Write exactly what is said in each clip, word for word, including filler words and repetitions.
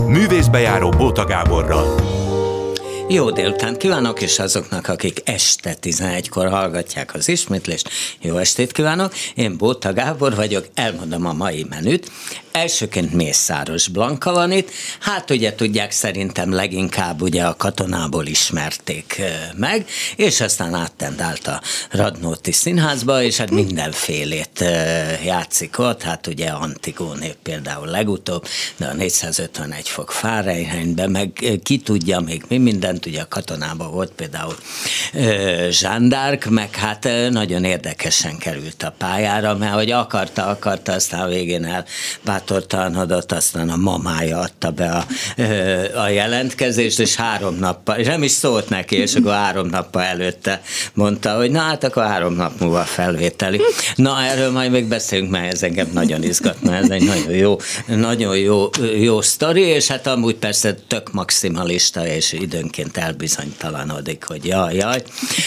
Művészbejáró Bóta Gáborral. Jó délután kívánok, és azoknak, akik este tizenegykor hallgatják az ismétlést, jó estét kívánok. Én Bóta Gábor vagyok, elmondom a mai menüt. Elsőként Mészáros Blanka van itt, hát ugye tudják, szerintem leginkább ugye a Katonából ismerték meg, és aztán áttendált a Radnóti Színházba, és hát mindenfélét játszik ott, hát ugye Antigóné például legutóbb, de a négyszázötvenegy fok Fahrenheitben, meg ki tudja még mi mindent, ugye a Katonában volt például Jeanne d'Arc, meg hát nagyon érdekesen került a pályára, mert hogy akarta, akarta, aztán a végén elbátortalanodott, aztán a mamája adta be a, a jelentkezést, és három nappal, és nem is szólt neki, és akkor három nappal előtte mondta, hogy na hát akkor három nap múlva felvételi. Na erről majd még beszélünk, mert ez engem nagyon izgatna, ez egy nagyon jó, nagyon jó, jó sztori, és hát amúgy persze tök maximalista, és időnként elbizonytalanodik, hogy jaj, jaj,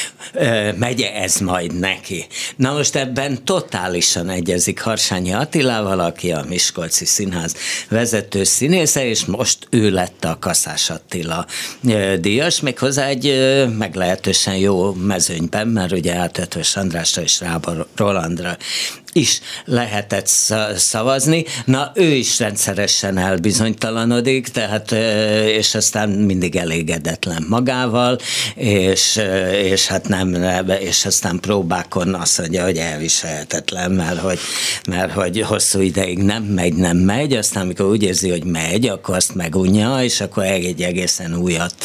megye ez majd neki. Na most ebben totálisan egyezik Harsányi Attilával, aki a Miskolci Színház vezető színésze, és most ő lett a Kaszás Attila díjas, méghozzá egy meglehetősen jó mezőnyben, mert ugye hát Eötvös Andrásra és Rába Rolandra is lehetett szavazni. Na, ő is rendszeresen elbizonytalanodik, tehát, és aztán mindig elégedetlen magával, és, és hát nem, és aztán próbákon azt mondja, hogy elviselhetetlen, mert hogy, mert hogy hosszú ideig nem megy, nem megy, aztán amikor úgy érzi, hogy megy, akkor azt megunja, és akkor egy egészen újat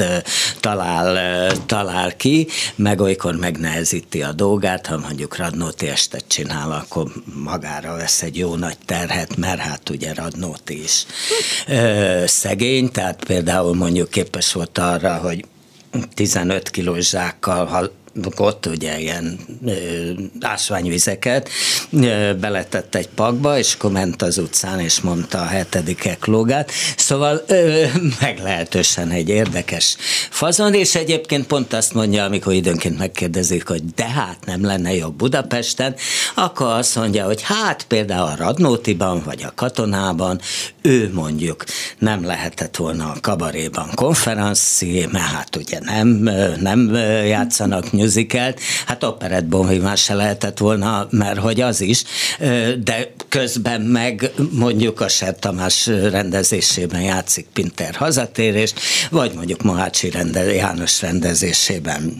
talál, talál ki, meg olykor megnehezíti a dolgát, ha mondjuk Radnóti estet csinál, akkor magára vesz egy jó nagy terhet, mert hát ugye Radnóti is ö, szegény, tehát például mondjuk képes volt arra, hogy tizenöt kilós zsákkal, ha ott ugye ilyen ö, ásványvizeket ö, beletett egy pakba, és akkor ment az utcán, és mondta a hetedikek lógát. Szóval ö, meglehetősen egy érdekes fazon, és egyébként pont azt mondja, amikor időnként megkérdezik, hogy de hát nem lenne jobb Budapesten, akkor azt mondja, hogy hát például a Radnótiban, vagy a Katonában ő mondjuk nem lehetett volna a kabaréban konferencié, mert hát ugye nem, nem játszanak musicalt, hát operett bonviván se lehetett volna, mert hogy az is, de közben meg mondjuk a Ser Tamás rendezésében játszik Pintér hazatérést, vagy mondjuk Mohácsi rende, János rendezésében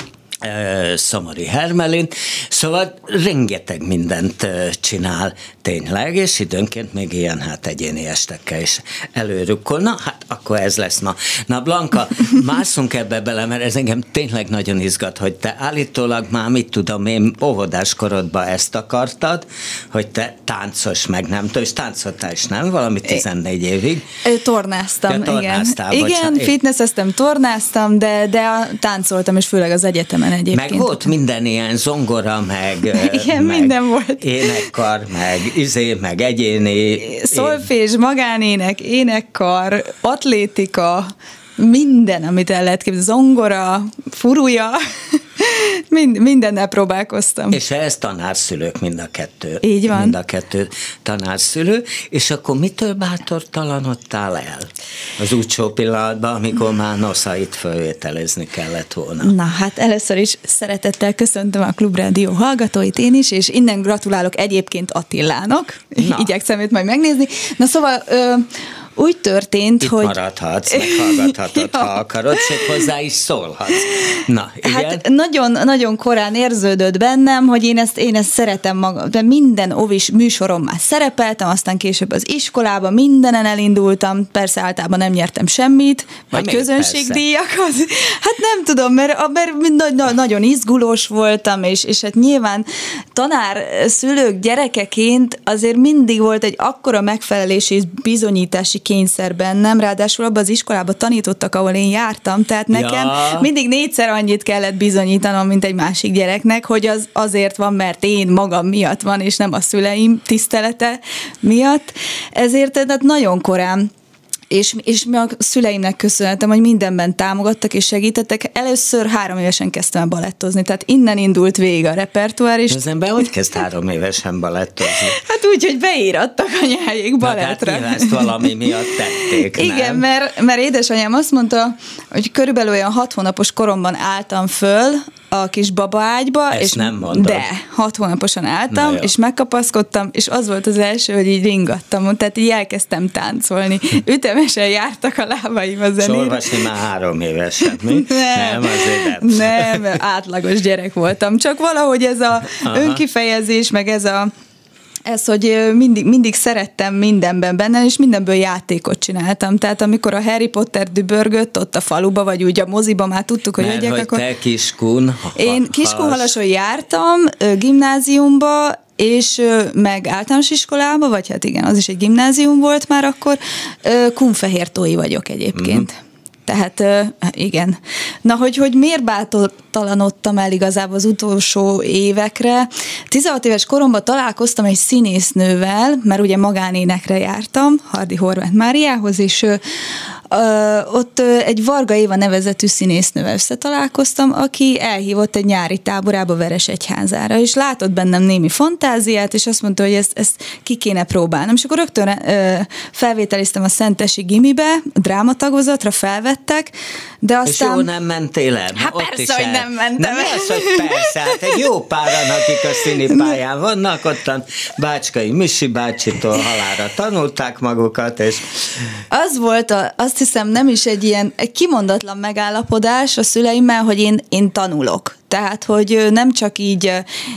Szomori Hermelin, szóval rengeteg mindent csinál tényleg, és időnként még ilyen hát egyéni estekkel is előrukkol. Na, hát akkor ez lesz ma. Na, Blanka, másszunk ebbe bele, mert ez engem tényleg nagyon izgat, hogy te állítólag már, mit tudom én, óvodás korodban ezt akartad, hogy te táncos, meg nem tudom, és táncoltál is, nem? Valami tizennégy évig. Tornáztam, ja, tornáztál, igen. Bocsánat. Igen, fitnesszeztem, tornáztam, de, de táncoltam, és főleg az egyetemen egyébként. Meg volt minden ilyen zongora, meg, igen, meg minden volt. énekkar, meg izé, meg egyéni. Szolfés, magánének, énekkar, atlétika, minden, amit el lehet képzelni, zongora, furúja, mind, mindennel próbálkoztam. És ez tanárszülők mind a kettő. Így van. Mind a kettő tanárszülő, és akkor mitől bátortalanodtál el? Az úcsó pillanatban, amikor már noszait fölvételezni kellett volna. Na, hát először is szeretettel köszöntöm a Klubrádió hallgatóit én is, és innen gratulálok egyébként Attilának. Na. Igyekszem őt majd megnézni. Na szóval... Ö, úgy történt, itt hogy... Itt maradhatsz, meghallgathatod, ha akarod, sőt hozzá is szólhatsz. Na, igen? Hát nagyon, nagyon korán érződött bennem, hogy én ezt, én ezt szeretem magam, de minden ovis műsoron már szerepeltem, aztán később az iskolában mindenen elindultam, persze általában nem nyertem semmit, vagy közönségdíjakat. Hát nem tudom, mert, mert nagyon izgulós voltam, és, és hát nyilván tanár szülők gyerekeként azért mindig volt egy akkora megfelelési és bizonyítási kényszer bennem, ráadásul abban az iskolában tanítottak, ahol én jártam, tehát nekem ja. mindig négyszer annyit kellett bizonyítanom, mint egy másik gyereknek, hogy az azért van, mert én magam miatt van, és nem a szüleim tisztelete miatt. Ezért tehát nagyon korán És, és mi a szüleimnek köszönhetem, hogy mindenben támogattak és segítettek. Először három évesen kezdtem el balettozni, tehát innen indult végig a repertoár is. Az ember hogy kezd három évesen balettozni? Hát úgy, hogy beírattak anyáék balettre. Hát nyilván ezt valami miatt tették, nem? Igen, mert, mert édesanyám azt mondta, hogy körülbelül olyan hat hónapos koromban álltam föl a kis babaágyba, Ezt és nem mondod. De hat hónaposan álltam, Na és megkapaszkodtam, és az volt az első, hogy így ringattam, tehát így elkezdtem táncolni. Ütemesen jártak a lábaim a zenére. És olvasni már három évesen, mi? Nem, Nem, azért nem. nem, átlagos gyerek voltam. Csak valahogy ez a Aha. önkifejezés, meg ez a Ez, hogy mindig, mindig szerettem mindenben benne, és mindenből játékot csináltam. Tehát amikor a Harry Potter dübörgött ott a faluba, vagy úgy a moziba már tudtuk, hogy Mert jöjjek, hogy akkor... te Kiskun... Én Kiskunhalason jártam, gimnáziumba, és meg általános iskolába, vagy hát igen, az is egy gimnázium volt már akkor. Kunfehértói vagyok egyébként. Mm. Tehát igen. Na, hogy, hogy miért bátortalanodtam el igazából az utolsó évekre? tizenhat éves koromban találkoztam egy színésznővel, mert ugye magánénekre jártam, Hardy Horváth Máriához, és Ö, ott ö, egy Varga Éva nevezetű színésznővel összetalálkoztam, aki elhívott egy nyári táborába Veresegyházára, és látott bennem némi fantáziát, és azt mondta, hogy ezt, ezt ki kéne próbálnom. És akkor rögtön ö, felvételiztem a Szentesi gimibe, a drámatagozatra felvettek, de aztán... És jó, nem mentél el? Hát ott persze, hogy nem mentem. Nem az, hogy persze, hát egy jó páran, akik a színipályán vannak, ottan Bácskai Misi bácsitól halálra tanulták magukat, és... Az volt, a, azt hiszem nem is egy ilyen egy kimondatlan megállapodás a szüleimmel, hogy én, én tanulok. Tehát, hogy nem csak így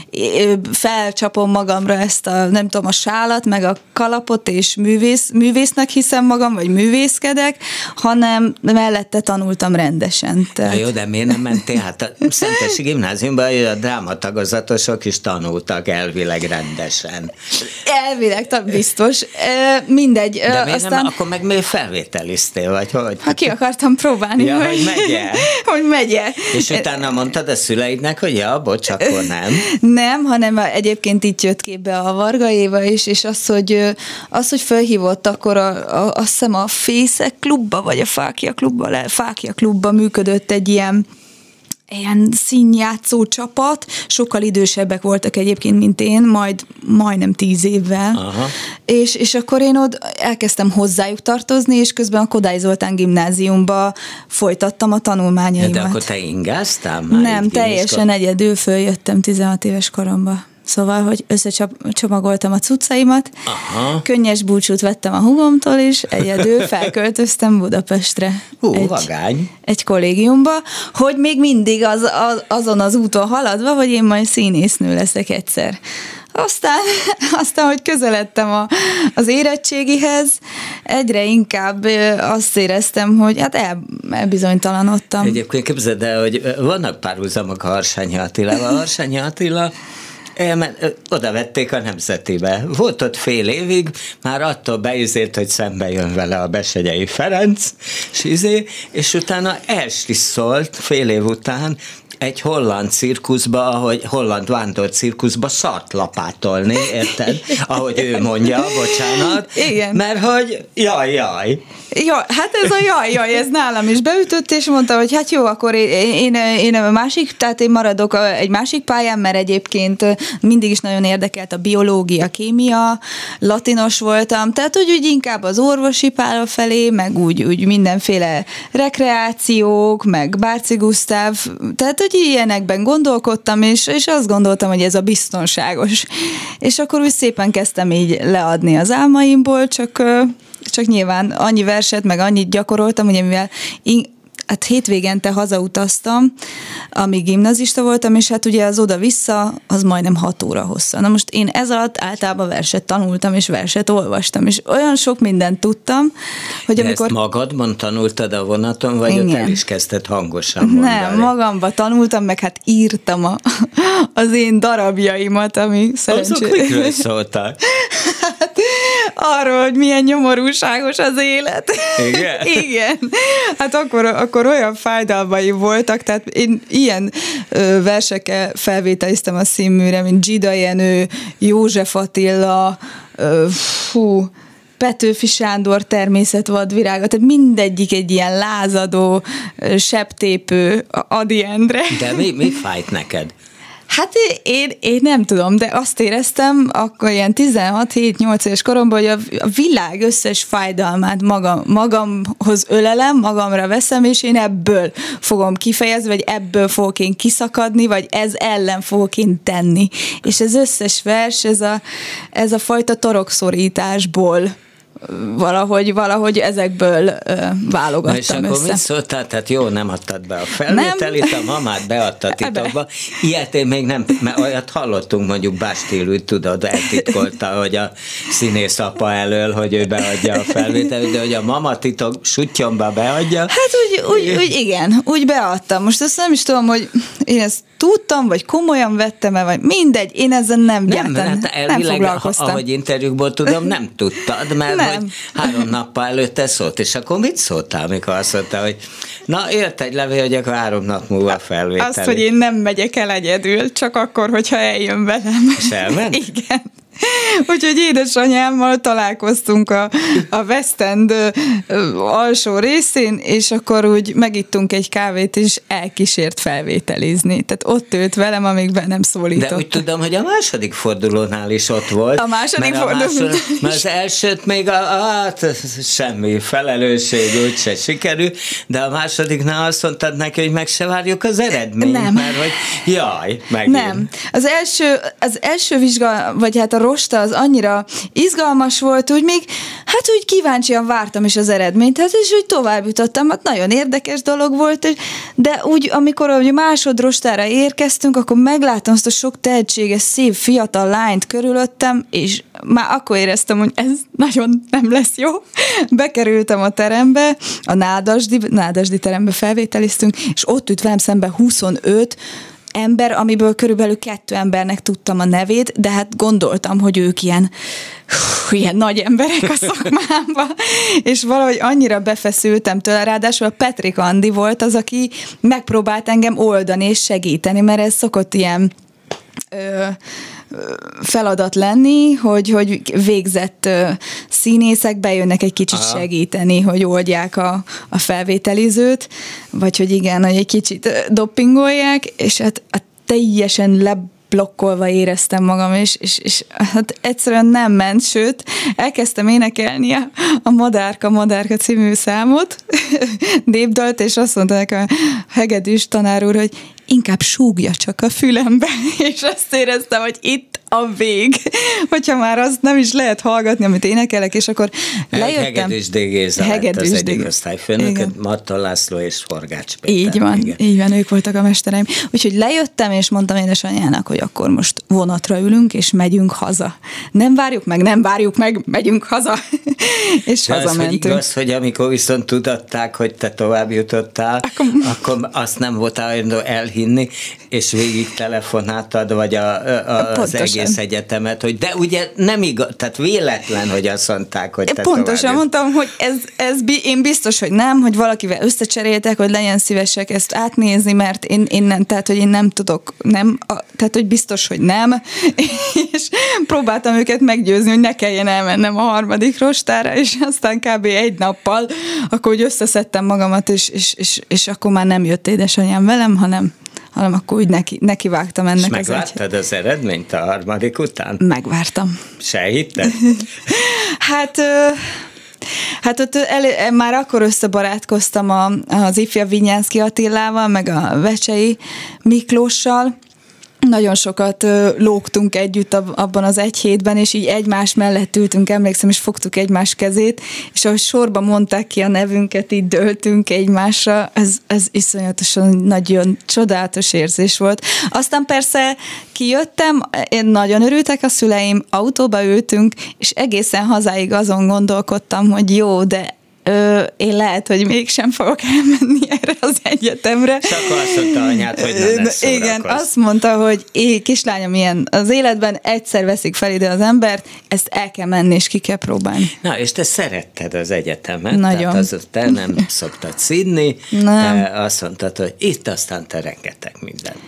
felcsapom magamra ezt a, nem tudom, a sálat, meg a kalapot, és művész, művésznek hiszem magam, vagy művészkedek, hanem mellette tanultam rendesen. Tehát... Na jó, de miért nem mentél? Hát a Szentesi gimnáziumban a drámatagozatosok is tanultak elvileg rendesen. Elvileg, biztos. Mindegy. De miért Aztán... nem? Akkor meg miért felvételiztél, vagy hogy? Ha ki akartam próbálni, ja, hogy, hogy megye. hogy megye. És utána mondtad a szüleidnek, hogy ja, bocs, akkor nem. Nem, hanem egyébként itt jött képbe a Varga Éva is, és az, hogy, az, hogy felhívott akkor a, a, azt hiszem a Fészek klubba, vagy a Fákia klubba, le, Fákia klubba működött egy ilyen ilyen színjátszó csapat, sokkal idősebbek voltak egyébként, mint én, majd majdnem tíz évvel. Aha. És, és akkor én ott elkezdtem hozzájuk tartozni, és közben a Kodály Zoltán gimnáziumba folytattam a tanulmányaimat. De akkor te ingáztál már? Nem, teljesen egyedül följöttem tizenhat éves koromban. Szóval, hogy összecsomagoltam a cuccaimat, aha, könnyes búcsút vettem a húgomtól, és egyedül felköltöztem Budapestre. Hú, egy, vagány. Egy kollégiumba, hogy még mindig az, az, azon az úton haladva, hogy én majd színésznő leszek egyszer. Aztán, aztán, hogy közeledtem a, az érettségihez, egyre inkább azt éreztem, hogy hát el, elbizonytalanodtam. Egyébként képzeld el, hogy vannak párhuzamok a Harsányi Attilával. A Harsányi Attila oda vették a Nemzetibe. Volt ott fél évig, már attól beizért, hogy szembe jön vele a Besegyei Ferenc, és, izé, és utána elslisszolt fél év után egy holland cirkuszba, ahogy holland vándor cirkuszba szart lapátolni, érted? Ahogy ő mondja, bocsánat. Igen. Mert hogy jaj, jaj. Ja, hát ez a jaj, jaj, ez nálam is beütött, és mondta, hogy hát jó, akkor én, én, én a másik, tehát én maradok a, egy másik pályán, mert egyébként mindig is nagyon érdekelt a biológia, kémia, latinos voltam, tehát úgy, úgy inkább az orvosi pálya felé, meg úgy, úgy mindenféle rekreációk, meg Bárci Gusztáv, tehát hogy ilyenekben gondolkodtam, és, és azt gondoltam, hogy ez a biztonságos. És akkor úgy szépen kezdtem így leadni az álmaimból, csak csak nyilván annyi verset, meg annyit gyakoroltam, ugye mivel in- hát hétvégente hazautaztam, amíg gimnazista voltam, és hát ugye az oda-vissza, az majdnem hat óra hossza. Na most én ez alatt általában verset tanultam, és verset olvastam, és olyan sok mindent tudtam, hogy de amikor... ezt magadban tanultad a vonaton, vagy igen, ott el is kezdted hangosan mondani? Nem, magamba tanultam, meg hát írtam a, az én darabjaimat, ami szerencsé... Azok mikről szóltak? Hát arról, hogy milyen nyomorúságos az élet. Igen? Igen. Hát akkor, akkor olyan fájdalmaim voltak, tehát én ilyen ö, versekkel felvételiztem a színműre, mint Zsida Jenő, József Attila, ö, fú, Petőfi Sándor természetvadvirága, tehát mindegyik egy ilyen lázadó, sebtépő Ady Endre. De mi, mi fájt neked? Hát én, én nem tudom, de azt éreztem akkor ilyen tizenhat hét nyolc éves koromban, hogy a, a világ összes fájdalmát magam, magamhoz ölelem, magamra veszem, és én ebből fogom kifejezni, vagy ebből fogok én kiszakadni, vagy ez ellen fogok én tenni. És ez összes vers, ez a, ez a fajta torokszorításból valahogy, valahogy ezekből ö, válogattam és akkor össze. mit szóltál? Tehát jó, nem adtad be a felvételit, a mamát beadta titokba. Ilyet én még nem, mert olyat hallottunk, mondjuk Bastille, tudod, eltitkolta, hogy a színész apa elől, hogy ő beadja a felvételit, de hogy a mama titok suttyomba beadja. Hát úgy, úgy, úgy igen, úgy beadtam. Most azt nem is tudom, hogy én ezt tudtam, vagy komolyan vettem-e, vagy mindegy, én ezzel nem gyártam, nem, hát elvileg, nem foglalkoztam. Ahogy interjúkból tudom, nem tudtad, mert nem. Hogy három nappal előtte szólt, és akkor mit szóltál, amikor azt mondta, hogy na, jött egy levél, hogy akkor három nap múlva felvételi. Azt, hogy én nem megyek el egyedül, csak akkor, hogyha eljön velem. És elment? Igen. Úgyhogy édesanyámmal találkoztunk a, a West End alsó részén, és akkor úgy megittunk egy kávét, és elkísért felvételizni. Tehát ott ült velem, amíg be nem szólított. De úgy tudom, hogy a második fordulónál is ott volt. A második fordulónál is. Mert az elsőt még a, a, hát semmi felelősség úgyse sikerül, de a másodiknál azt mondtad neki, hogy meg se várjuk az eredményt, nem. Mert hogy jaj, megint. Nem. Az első, az első vizsga, vagy hát a rosta az annyira izgalmas volt, hogy még hát úgy kíváncsian vártam is az eredményt, hát és úgy tovább jutottam, hát nagyon érdekes dolog volt, de úgy, amikor a másodrostára érkeztünk, akkor megláttam azt a sok tehetséges, szép, fiatal lányt körülöttem, és már akkor éreztem, hogy ez nagyon nem lesz jó. Bekerültem a terembe, a Nádasdi, Nádasdi terembe felvételiztünk, és ott ült velem szemben huszonöt ember, amiből körülbelül kettő embernek tudtam a nevét, de hát gondoltam, hogy ők ilyen, ilyen nagy emberek a szakmámban, és valahogy annyira befeszültem tőle, ráadásul a Petrik Andi volt az, aki megpróbált engem oldani és segíteni, mert ez szokott ilyen ö, feladat lenni, hogy, hogy végzett ö, színészek bejönnek egy kicsit Aha. segíteni, hogy oldják a, a felvételizőt, vagy hogy igen, hogy egy kicsit doppingolják, és hát, hát teljesen leblokkolva éreztem magam, és, és, és hát egyszerűen nem ment, sőt, elkezdtem énekelni a, a Madárka, Madárka című számot, népdalt, és azt mondta nekem a hegedűs tanár úr, hogy inkább súgja csak a fülembe, és azt éreztem, hogy itt a vég, hogyha már azt nem is lehet hallgatni, amit énekelek, és akkor lejöttem. Hegedűs D. Géza lett az egyik osztályfőnököd, Marton László és Forgács Péter. Így van, igen. így van, ők voltak a mestereim. Úgyhogy lejöttem, és mondtam édesanyjának, hogy akkor most vonatra ülünk, és megyünk haza. Nem várjuk meg, nem várjuk meg, megyünk haza. És de hazamentünk. Az, hogy igaz, hogy amikor viszont tudatták, hogy te tovább jutottál, akkor, akkor azt nem voltál olyan elhinni, és végig telefonáltad, vagy a, a, az egész egyetemet, hogy de ugye nem igaz, tehát véletlen, hogy azt mondták, hogy te pontosan tovább mondtam, hogy ez, ez én biztos, hogy nem, hogy valakivel összecseréltek, hogy legyen szívesek ezt átnézni, mert én, én nem, tehát, hogy én nem tudok, nem, a, tehát, hogy biztos, hogy nem, és próbáltam őket meggyőzni, hogy ne kelljen elmennem a harmadik rostára, és aztán kb. Egy nappal akkor úgy összeszedtem magamat, és, és, és, és akkor már nem jött édesanyám velem, hanem hanem akkor úgy neki, neki vágtam ennek. És megvártad az, egy... az eredményt a harmadik után? Megvártam. Se hitted? hát... Hát ott elő, már akkor összebarátkoztam a, az ifjabb Vinyánszky Attilával, meg a Vecsei Miklóssal. Nagyon sokat ö, lógtunk együtt abban az egy hétben, és így egymás mellett ültünk, emlékszem, és fogtuk egymás kezét, és ahogy sorba mondták ki a nevünket, így döltünk egymásra, ez, ez iszonyatosan nagyon csodálatos érzés volt. Aztán persze kijöttem, én nagyon örültek a szüleim, autóba ültünk, és egészen hazáig azon gondolkodtam, hogy jó, de Ö, én lehet, hogy mégsem fogok elmenni erre az egyetemre. És akkor azt mondta anyád, hogy nem lesz szórakozz. Igen, azt mondta, hogy é, kislányom, ilyen az életben egyszer veszik fel ide az embert, ezt el kell menni, és ki kell próbálni. Na, és te szeretted az egyetemet. Nagyon. Tehát az, te nem szoktad szidni, nem. Te azt mondtad, hogy itt aztán te rengeteg mindent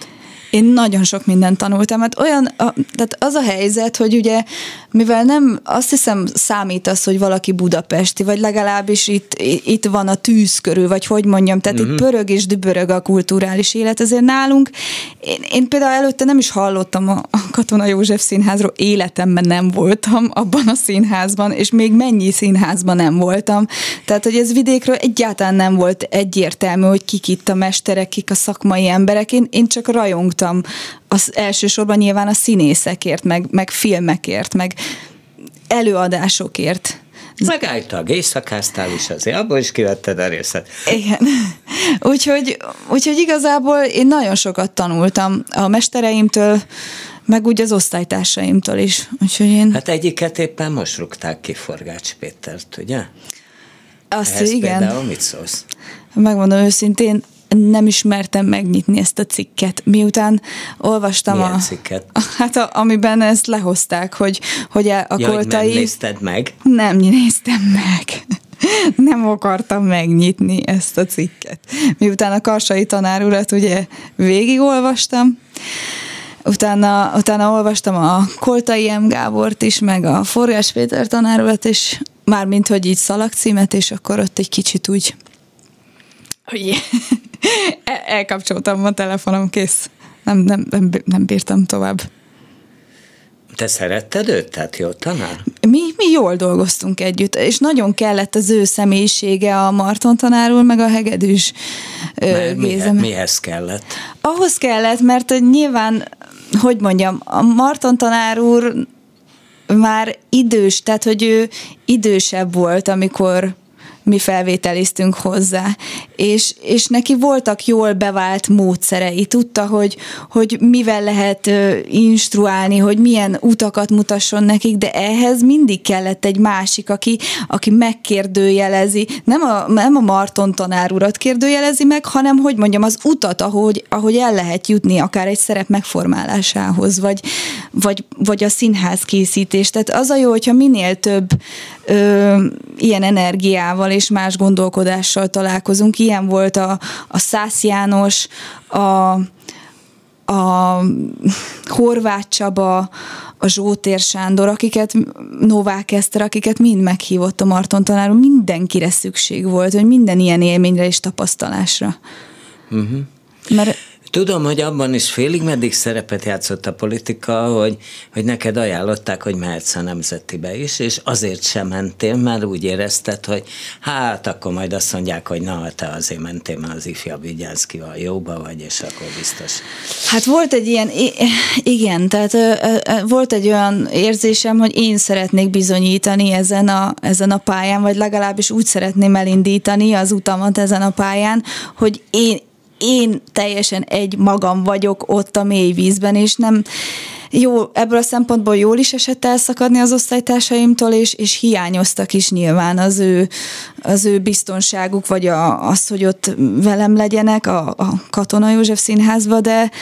Én nagyon sok mindent tanultam. Hát olyan, a, tehát az a helyzet, hogy ugye, mivel nem, azt hiszem számít az, hogy valaki budapesti, vagy legalábbis itt, itt van a tűz körül, vagy hogy mondjam, tehát uh-huh. itt pörög és dübörög a kulturális élet, ezért nálunk, én, én például előtte nem is hallottam a, a Katona József Színházról, életemben nem voltam abban a színházban, és még mennyi színházban nem voltam. Tehát, hogy ez vidékről egyáltalán nem volt egyértelmű, hogy kik itt a mesterek, kik a szakmai emberek. Én, én csak rajongtam az elsősorban nyilván a színészekért, meg, meg filmekért, meg előadásokért. Megálltag, éjszakáztál is azért, abból is kivetted a részet. Igen. Úgyhogy, úgyhogy igazából én nagyon sokat tanultam a mestereimtől, meg úgy az osztálytársaimtól is. Úgyhogy én... Hát egyiket éppen most rúgták ki, Forgács Pétert, ugye? Azt, ehhez igen. Például mit szólsz? Megmondom őszintén, nem ismertem megnyitni ezt a cikket. Miután olvastam Milyen a... cikket? Hát a, amiben ezt lehozták, hogy, hogy a, a ja, koltai... nem nézted meg? Nem néztem meg. Nem akartam megnyitni ezt a cikket. Miután a Karsai tanár urat ugye végigolvastam, utána, utána olvastam a Koltai M. Gábort is, meg a Forgács Péter tanár urat is, mármint, hogy így szalagcímet, és akkor ott egy kicsit úgy hogy elkapcsoltam a telefonom, kész. Nem, nem, nem, nem bírtam tovább. Te szeretted őt? Tehát jó tanár? Mi, mi jól dolgoztunk együtt, és nagyon kellett az ő személyisége, a Marton tanár úr, meg a Hegedűs Géza. Mihez kellett? Ahhoz kellett, mert nyilván, hogy mondjam, a Marton tanár úr már idős, tehát hogy ő idősebb volt, amikor mi felvételiztünk hozzá, és, és neki voltak jól bevált módszerei, tudta, hogy, hogy mivel lehet uh, instruálni, hogy milyen utakat mutasson nekik, de ehhez mindig kellett egy másik, aki, aki megkérdőjelezi, nem a, nem a Marton tanár urat kérdőjelezi meg, hanem, hogy mondjam, az utat, ahogy, ahogy el lehet jutni akár egy szerep megformálásához, vagy, vagy, vagy a színház készítés. Tehát az a jó, hogyha minél több ö, ilyen energiával és más gondolkodással találkozunk. Ilyen volt a, a Szász János, a, a Horváth Csaba, a Zsótér Sándor, akiket, Novák Eszter, akiket mind meghívott a Marton tanár úr. Mindenkire szükség volt, hogy minden ilyen élményre és tapasztalásra. Uh-huh. Mert tudom, hogy abban is félig meddig szerepet játszott a politika, hogy, hogy neked ajánlották, hogy mehetsz a Nemzetibe is, és azért sem mentél, mert úgy érezted, hogy hát akkor majd azt mondják, hogy na, te azért mentél, mert az ifjabb Vigyánszkival jóba vagy, és akkor biztos. Hát volt egy ilyen, igen, tehát volt egy olyan érzésem, hogy én szeretnék bizonyítani ezen a, ezen a pályán, vagy legalábbis úgy szeretném elindítani az utamat ezen a pályán, hogy én én teljesen egy magam vagyok ott a mély vízben, és nem jó, ebből a szempontból jól is esett elszakadni az osztálytársaimtól, és, és hiányoztak is nyilván az ő, az ő biztonságuk, vagy a, az, hogy ott velem legyenek a, a Katona József Színházba, de,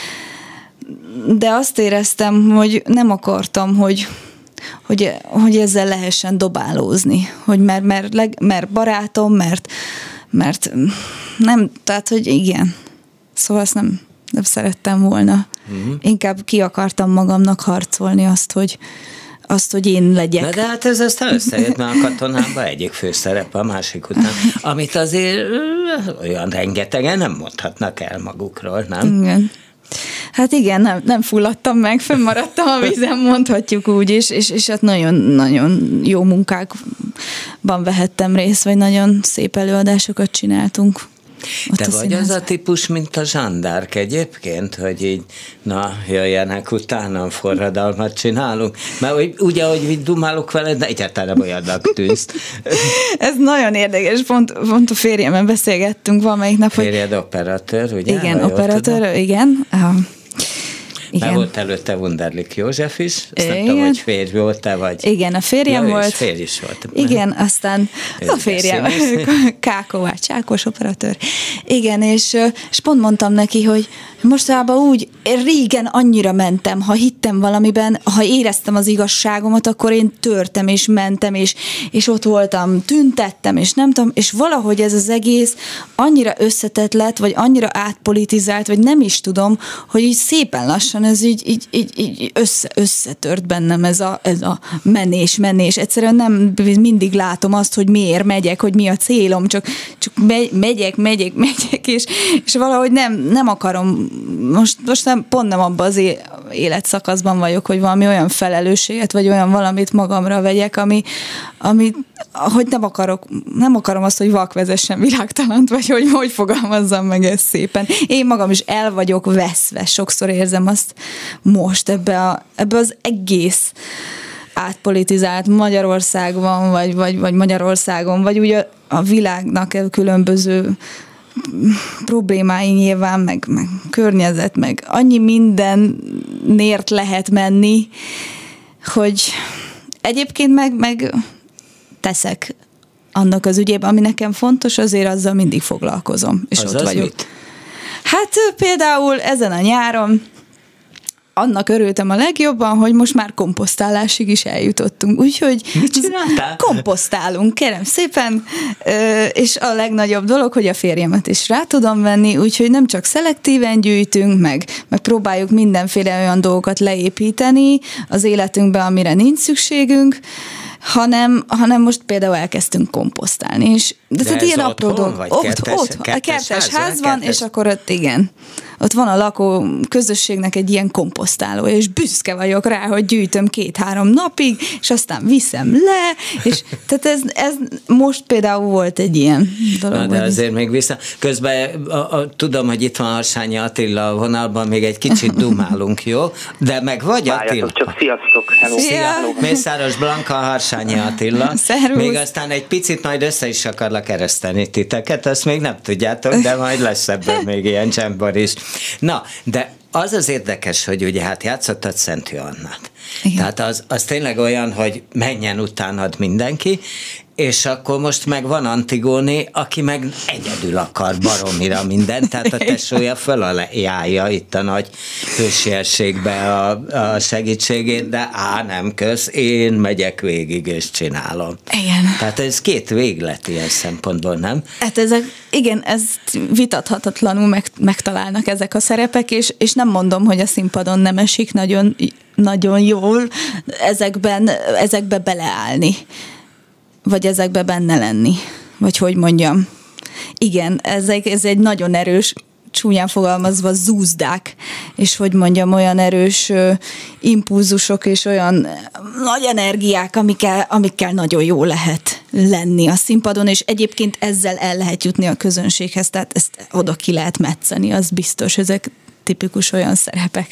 de azt éreztem, hogy nem akartam, hogy Hogy, hogy ezzel lehessen dobálózni, hogy mert, mert, mert barátom, mert, mert nem, tehát, hogy igen. Szóval azt nem, nem szerettem volna. Uh-huh. Inkább ki akartam magamnak harcolni azt, hogy, azt, hogy én legyek. Na de hát ez aztán összejött, mert a Katonában egyik főszerep a másik után, amit azért olyan rengetegen nem mondhatnak el magukról, nem? Igen. Hát igen, nem, nem fulladtam meg, fönnmaradtam a vízen, mondhatjuk úgy is, és, és hát nagyon-nagyon jó munkákban vehettem részt, vagy nagyon szép előadásokat csináltunk. Te vagy az a típus, mint a zsandárk egyébként, hogy így, na, jöjjenek utána, forradalmat csinálunk. Mert ugye, ahogy dumálok veled, de egyáltalán nem olyannak tűnsz. Ez nagyon érdekes, pont, pont a férjemmel beszélgettünk valamelyik nap. Férjed hogy... operatőr, ugye? Igen, operatőr, igen. Mert volt előtte Wunderlich József is, azt nem tudom, hogy férj volt-e, vagy... Igen, a férjem ja, volt. Férj is volt. Igen, aztán a férjem, Kákovács Ákos operatőr. Igen, és, és pont mondtam neki, hogy mostában úgy, régen annyira mentem, ha hittem valamiben, ha éreztem az igazságomat, akkor én törtem és mentem, és, és ott voltam, tüntettem, és nem tudom, és valahogy ez az egész annyira összetett lett, vagy annyira átpolitizált, vagy nem is tudom, hogy így szépen lassan ez így, így, így, így össze, összetört bennem ez a, ez a menés, menés. Egyszerűen nem mindig látom azt, hogy miért megyek, hogy mi a célom, csak, csak megyek, megyek, megyek, és, és valahogy nem, nem akarom, most, most nem, pont nem abban az életszakaszban vagyok, hogy valami olyan felelősséget, vagy olyan valamit magamra vegyek, ami, ami hogy nem akarok, nem akarom azt, hogy vakvezessen világtalant, vagy hogy hogy fogalmazzam meg ezt szépen. Én magam is el vagyok veszve, sokszor érzem azt most ebbe, a, ebbe az egész átpolitizált Magyarországban, vagy, vagy, vagy Magyarországon, vagy úgy a, a világnak különböző problémái nyilván, meg, meg környezet, meg annyi mindenért lehet menni, hogy egyébként meg, meg teszek annak az ügyében, ami nekem fontos, azért azzal mindig foglalkozom, és az ott az vagyok. Mit? Hát például ezen a nyáron annak örültem a legjobban, hogy most már komposztálásig is eljutottunk. Úgyhogy komposztálunk, kérem szépen, és a legnagyobb dolog, hogy a férjemet is rá tudom venni, úgyhogy nem csak szelektíven gyűjtünk, meg, meg próbáljuk mindenféle olyan dolgokat leépíteni az életünkbe, amire nincs szükségünk, hanem, hanem most például elkezdtünk komposztálni. És, de, de tehát ilyen apró dolog. Ott, kertes, ott, kertes a kertes ház, ház van, kertes. És akkor ott igen. Ott van a lakó közösségnek egy ilyen komposztáló, és büszke vagyok rá, hogy gyűjtöm két-három napig, és aztán viszem le, és tehát ez, ez most például volt egy ilyen dolog. Na, de azért még vissza. Közben a, a, tudom, hogy itt van Harsányi Attila a vonalban, még egy kicsit dumálunk, jó? De meg vagy Attila? Várjatok, csak sziasztok. Hello. Szia! Mészáros Blanka, Harsányi Attila. Szervusz. Még aztán egy picit majd össze is akarlak kereszteni titeket, azt még nem tudjátok, de majd lesz ebből még ilyen csempor is. Na, de az az érdekes, hogy ugye hát játszottad Szent Johannát. Igen. Tehát az, az tényleg olyan, hogy menjen utánad mindenki, és akkor most meg van Antigóné, aki meg egyedül akar baromira mindent, tehát a tesója fölajánlja itt a nagy hősiességbe a, a segítségét, de á, nem kösz, én megyek végig és csinálom. Igen. Tehát ez két véglet ilyen szempontból, nem? Hát ezek, igen, ez vitathatatlanul meg, megtalálnak ezek a szerepek, és, és nem mondom, hogy a színpadon nem esik nagyon, nagyon jól ezekben, ezekbe beleállni. Vagy ezekbe benne lenni. Vagy hogy mondjam. Igen, ezek, ez egy nagyon erős, csúnyán fogalmazva zúzdák, és hogy mondjam, olyan erős ö, impulzusok, és olyan nagy energiák, amikkel, amikkel nagyon jó lehet lenni a színpadon, és egyébként ezzel el lehet jutni a közönséghez, tehát ezt oda ki lehet metszeni, az biztos, ezek tipikus olyan szerepek.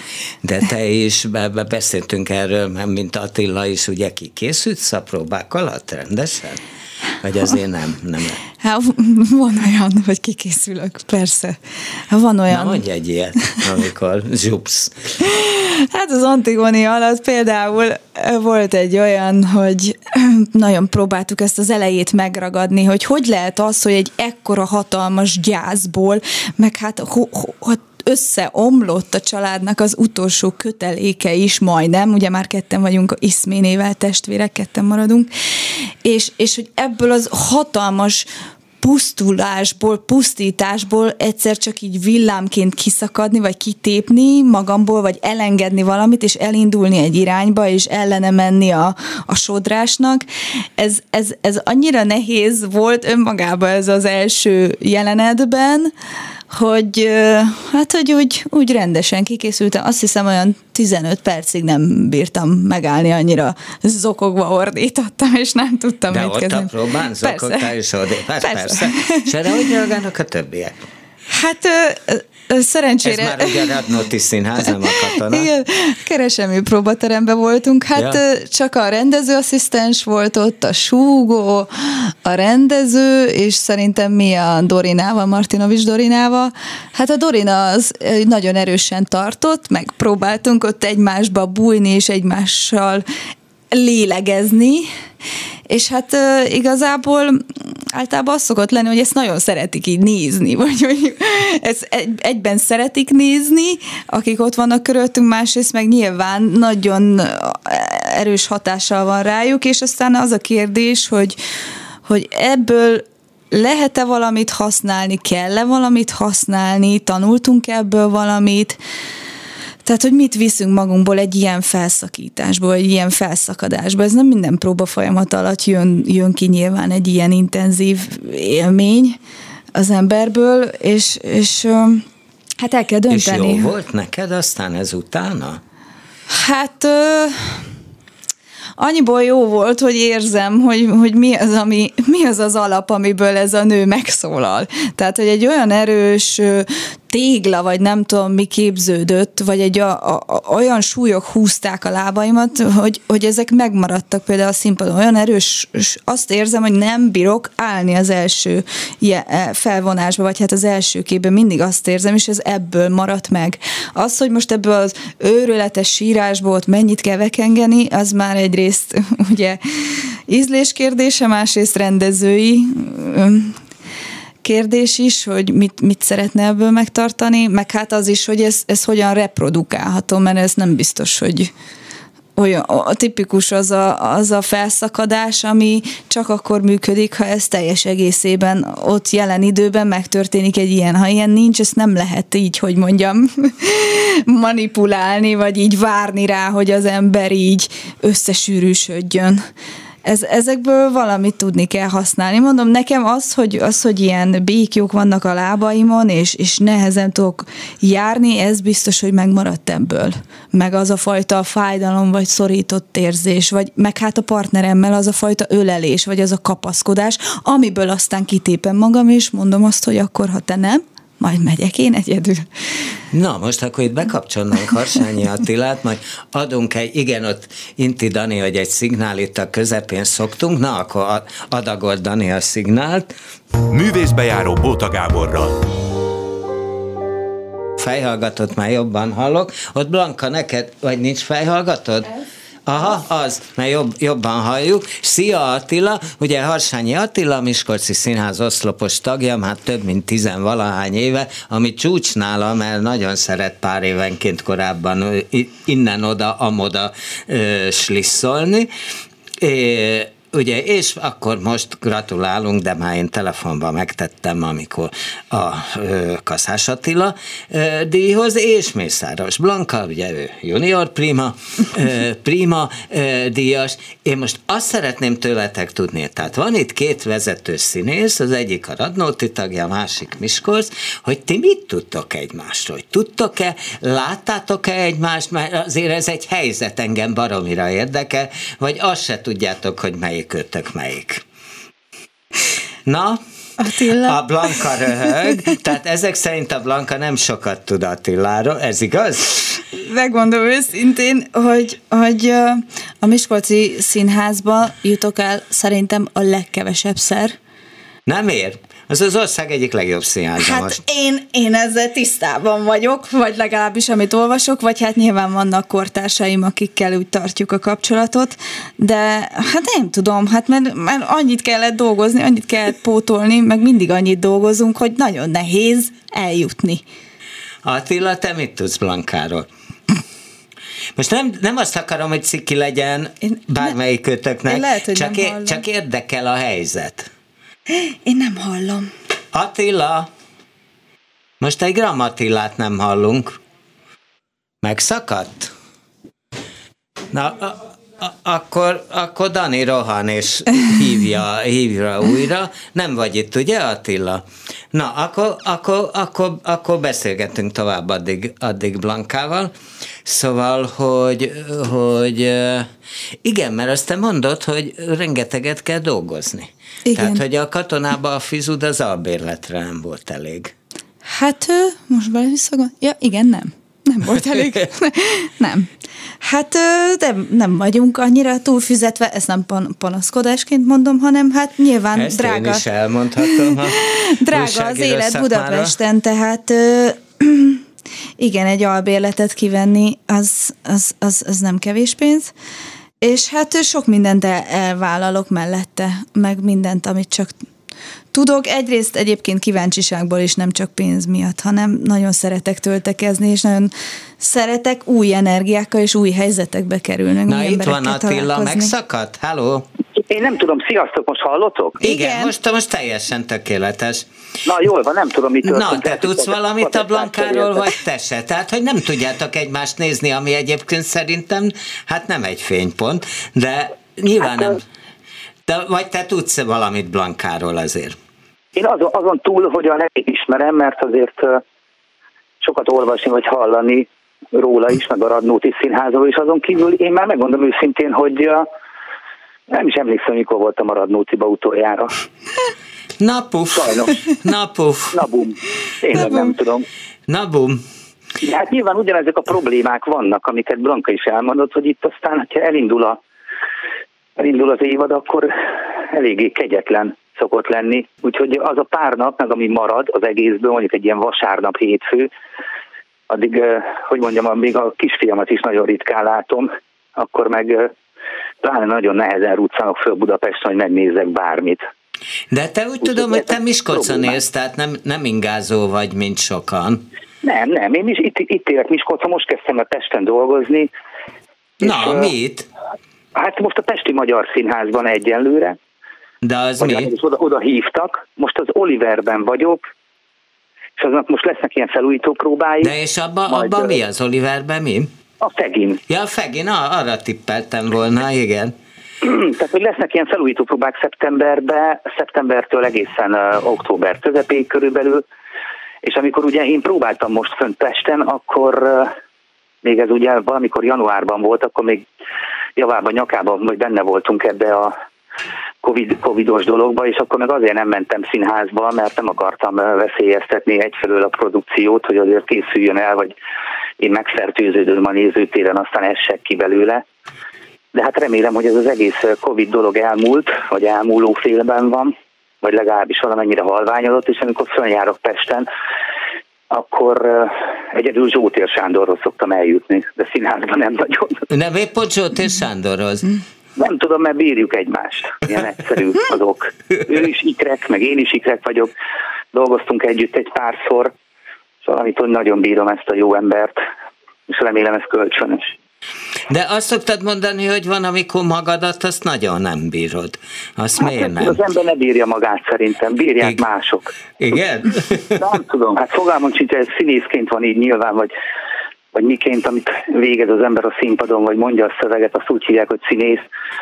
De te is, beszéltünk erről, mint Attila is, ugye kikészülsz a próbák alatt rendesen? Vagy azért nem? nem hát van olyan, hogy kikészülök, persze. Van olyan. Na, mondj egy ilyet, amikor zsupsz. Hát az Antigóné alatt például volt egy olyan, hogy nagyon próbáltuk ezt az elejét megragadni, hogy hogy lehet az, hogy egy ekkora hatalmas gyászból, meg hát ho, ho, összeomlott a családnak az utolsó köteléke is majdnem, ugye már ketten vagyunk, Iszménével testvérek, ketten maradunk, és, és hogy ebből az hatalmas pusztulásból, pusztításból egyszer csak így villámként kiszakadni, vagy kitépni magamból, vagy elengedni valamit, és elindulni egy irányba, és ellene menni a, a sodrásnak. Ez, ez, ez annyira nehéz volt önmagában ez az első jelenetben, hogy hát, hogy úgy, úgy rendesen kikészültem. Azt hiszem, olyan tizenöt percig nem bírtam megállni, annyira zokogva ordítottam, és nem tudtam de mit kezdeni. De ott a próbán zokogtál és ordítottam. Persze. persze. És erre hogy reagálnak a többiek? Hát szerencsére... Ez már ugye a Radnóti Színház, nem a Katona. Igen, keresemi próbateremben voltunk, hát ja. Csak a rendezőasszisztens volt ott, a súgó, a rendező, és szerintem mi a Dorinával, Martinovics Dorinával. Hát a Dorina az nagyon erősen tartott, meg próbáltunk ott egymásba bújni, és egymással lélegezni, és hát uh, igazából általában az szokott lenni, hogy ezt nagyon szeretik így nézni, vagy hogy ezt egy, egyben szeretik nézni, akik ott vannak körülöttünk, másrészt meg nyilván nagyon erős hatással van rájuk, és aztán az a kérdés, hogy, hogy ebből lehet-e valamit használni, kell-e valamit használni, tanultunk ebből valamit. Tehát, hogy mit viszünk magunkból egy ilyen felszakításból, egy ilyen felszakadásból. Ez nem minden próba folyamat alatt jön, jön ki nyilván egy ilyen intenzív élmény az emberből, és, és hát el kell dönteni. És jó volt neked aztán ez utána? Hát... annyiból jó volt, hogy érzem, hogy, hogy mi, az, ami, mi az az alap, amiből ez a nő megszólal. Tehát, hogy egy olyan erős tégla, vagy nem tudom, mi képződött, vagy egy a, a, olyan súlyok húzták a lábaimat, hogy, hogy ezek megmaradtak például a színpadon. Olyan erős, azt érzem, hogy nem bírok állni az első felvonásba, vagy hát az első képben mindig azt érzem, és ez ebből maradt meg. Az, hogy most ebből az őrületes sírásból mennyit kell vekengeni, az már egyrészt ugye ízlés kérdése, másrészt rendezői kérdés is, hogy mit, mit szeretne ebből megtartani, meg hát az is, hogy ez, ez hogyan reprodukálható, mert ez nem biztos, hogy olyan, a tipikus az a, az a felszakadás, ami csak akkor működik, ha ez teljes egészében ott jelen időben megtörténik egy ilyen. Ha ilyen nincs, ezt nem lehet így, hogy mondjam, manipulálni, vagy így várni rá, hogy az ember így összesűrűsödjön. Ez, ezekből valamit tudni kell használni. Mondom, nekem az, hogy, az, hogy ilyen béklyók vannak a lábaimon, és, és nehezen tudok járni, ez biztos, hogy megmaradt ebből. Meg az a fajta fájdalom, vagy szorított érzés, vagy meg hát a partneremmel az a fajta ölelés, vagy az a kapaszkodás, amiből aztán kitépem magam, és mondom azt, hogy akkor, ha te nem, majd megyek én egyedül. Na, most akkor itt bekapcsolnánk Harsányi Attilát, majd adunk egy, igen, ott Inti Dani, hogy egy szignál itt a közepén szoktunk, na, akkor adagold Dani a szignált. Művészbejáró Bóta Gáborral. Fejhallgatót már jobban hallok. Ott Blanka, neked, vagy nincs fejhallgatod? Ez. Aha, az, mert jobb, jobban halljuk. Szia Attila, ugye Harsányi Attila, Miskolci Színház oszlopos tagja, már több mint tizenvalahány éve, ami csúcs nála, mert nagyon szeret pár évenként korábban innen-oda, amoda ö, slisszolni. É, ugye, és akkor most gratulálunk, de már én telefonban megtettem, amikor a ö, Kaszás Attila ö, díjhoz, és Mészáros Blanka, ugye ő junior prima, ö, prima ö, díjas. Én most azt szeretném tőletek tudni, tehát van itt két vezető színész, az egyik a Radnóti tagja, a másik Miskolc, hogy ti mit tudtok egymásról? Tudtok-e, láttátok-e egymást? Mert azért ez egy helyzet, engem baromira érdekel, vagy azt se tudjátok, hogy melyik kötök melyik. Na, Attila. A Blanka röhög, tehát ezek szerint a Blanka nem sokat tud Attiláról, ez igaz? Megmondom őszintén, hogy, hogy a Miskolci Színházba jutok el szerintem a legkevesebb szer. Nem ér? Az az ország egyik legjobb színháza hát most. Én, én ezzel tisztában vagyok, vagy legalábbis amit olvasok, vagy hát nyilván vannak kortársaim, akikkel úgy tartjuk a kapcsolatot, de hát nem tudom, hát mert, mert annyit kellett dolgozni, annyit kellett pótolni, meg mindig annyit dolgozunk, hogy nagyon nehéz eljutni. Attila, te mit tudsz Blankáról? Most nem, nem azt akarom, hogy ciki legyen bármelyik kötöknek, lehet, csak, é, csak érdekel a helyzet. Én nem hallom. Attila, most egy gram Attilát nem hallunk. Megszakadt? Na, a, a, akkor, akkor Dani rohan és hívja, hívja újra. Nem vagy itt, ugye Attila? Na, akkor, akkor, akkor, akkor beszélgetünk tovább addig, addig Blankával. Szóval, hogy, hogy igen, mert azt te mondod, hogy rengeteget kell dolgozni. Igen. Tehát, hogy a katonában a fizud az albérletre nem volt elég. Hát most belevisszagom. Ja, igen, nem. Nem volt elég. Nem. Hát de nem vagyunk annyira túlfizetve, ezt nem panaszkodásként mondom, hanem hát nyilván ezt drága. Ezt én is elmondhatom. Drága az élet szakmára. Budapesten, tehát igen, egy albérletet kivenni, az, az, az, az nem kevés pénz. És hát sok mindent elvállalok mellette, meg mindent, amit csak tudok. Egyrészt egyébként kíváncsiságból is, nem csak pénz miatt, hanem nagyon szeretek töltekezni, és nagyon szeretek új energiákkal és új helyzetekbe kerülni. Na itt van Attila, megszakadt? Halló? Én nem tudom, sziasztok, most hallotok? Igen, Igen. Most, most teljesen tökéletes. Na jól van, nem tudom, mit történt. Na, te tudsz valamit a Blankáról, vagy te se? Tehát, hogy nem tudjátok egymást nézni, ami egyébként szerintem, hát nem egy fénypont, de nyilván hát, nem. De, vagy te tudsz valamit Blankáról azért? Én azon, azon túl, hogy a nevét ismerem, mert azért sokat olvasni vagy hallani róla is, meg a Radnóti Színházról is, azon kívül én már megmondom őszintén, hogy nem is emlékszem, mikor voltam a Radnótiba utoljára. Na puf. Sajnos. Na puf. Na bum. Én meg nem tudom. Na bum. Ja, hát nyilván ugyanezek a problémák vannak, amiket Blanka is elmondott, hogy itt aztán, ha elindul, a, elindul az évad, akkor eléggé kegyetlen szokott lenni. Úgyhogy az a pár nap, meg ami marad az egészből, mondjuk egy ilyen vasárnap, hétfő, addig, hogy mondjam, még a kisfiamat is nagyon ritkán látom, akkor meg pláne nagyon nehezen ruccanok föl Budapesten, hogy megnézzek bármit. De te úgy, úgy tudom, hogy te Miskolcon élsz, tehát nem, nem ingázó vagy, mint sokan. Nem, nem, én is itt, itt élek Miskolcon, most kezdtem a Pesten dolgozni. Na, és, mit? Hát most a Pesti Magyar Színházban egyenlőre. De az Magyar, mi? Oda, oda hívtak, most az Oliverben vagyok, és aznak most lesznek ilyen felújító próbái. De és abban abba mi az Oliverben, mi? A Fegin. Ja, a Fegin, arra tippeltem volna, igen. Tehát, hogy lesznek ilyen felújító próbák szeptemberben, szeptembertől egészen uh, október közepéig körülbelül, és amikor ugye én próbáltam most fönt Pesten, akkor uh, még ez ugye valamikor januárban volt, akkor még javában, nyakában vagy benne voltunk ebbe a COVID, covidos dologba, és akkor meg azért nem mentem színházba, mert nem akartam veszélyeztetni egyfelől a produkciót, hogy azért készüljön el, vagy én megfertőződöm a nézőtéren, aztán essek ki belőle. De hát remélem, hogy ez az egész Covid dolog elmúlt, vagy elmúló félben van, vagy legalábbis valamennyire halványodott, és amikor följárok Pesten, akkor egyedül Zsótér Sándorhoz szoktam eljutni, de színházban nem nagyon. Nem épp ott Zsótér Sándorhoz? Nem tudom, mert bírjuk egymást. Ilyen egyszerű azok. Ő is ikrek, meg én is ikrek vagyok. Dolgoztunk együtt egy párszor, és valamit, hogy nagyon bírom ezt a jó embert, és remélem ez kölcsönös. De azt szoktad mondani, hogy van, amikor magadat, azt nagyon nem bírod. Azt hát miért nem? Az ember ne bírja magát szerintem, bírják I- mások. Igen? Nem tudom, hát fogalmam sincs, ez színészként van így nyilván, vagy, vagy miként, amit végez az ember a színpadon, vagy mondja a szöveget, azt úgy hívják, hogy színész.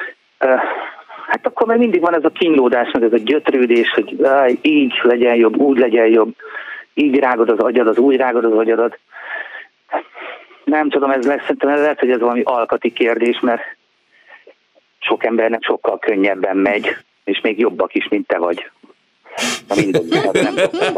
Hát akkor meg mindig van ez a kínlódás, meg ez a gyötrődés, hogy áj, így legyen jobb, úgy legyen jobb, így rágod az agyadat, úgy rágod az agyadat. Nem tudom, ez lesz, szerintem lehet, hogy ez valami alkati kérdés, mert sok embernek sokkal könnyebben megy, és még jobbak is, mint te vagy. Na mindegy, nem tudom.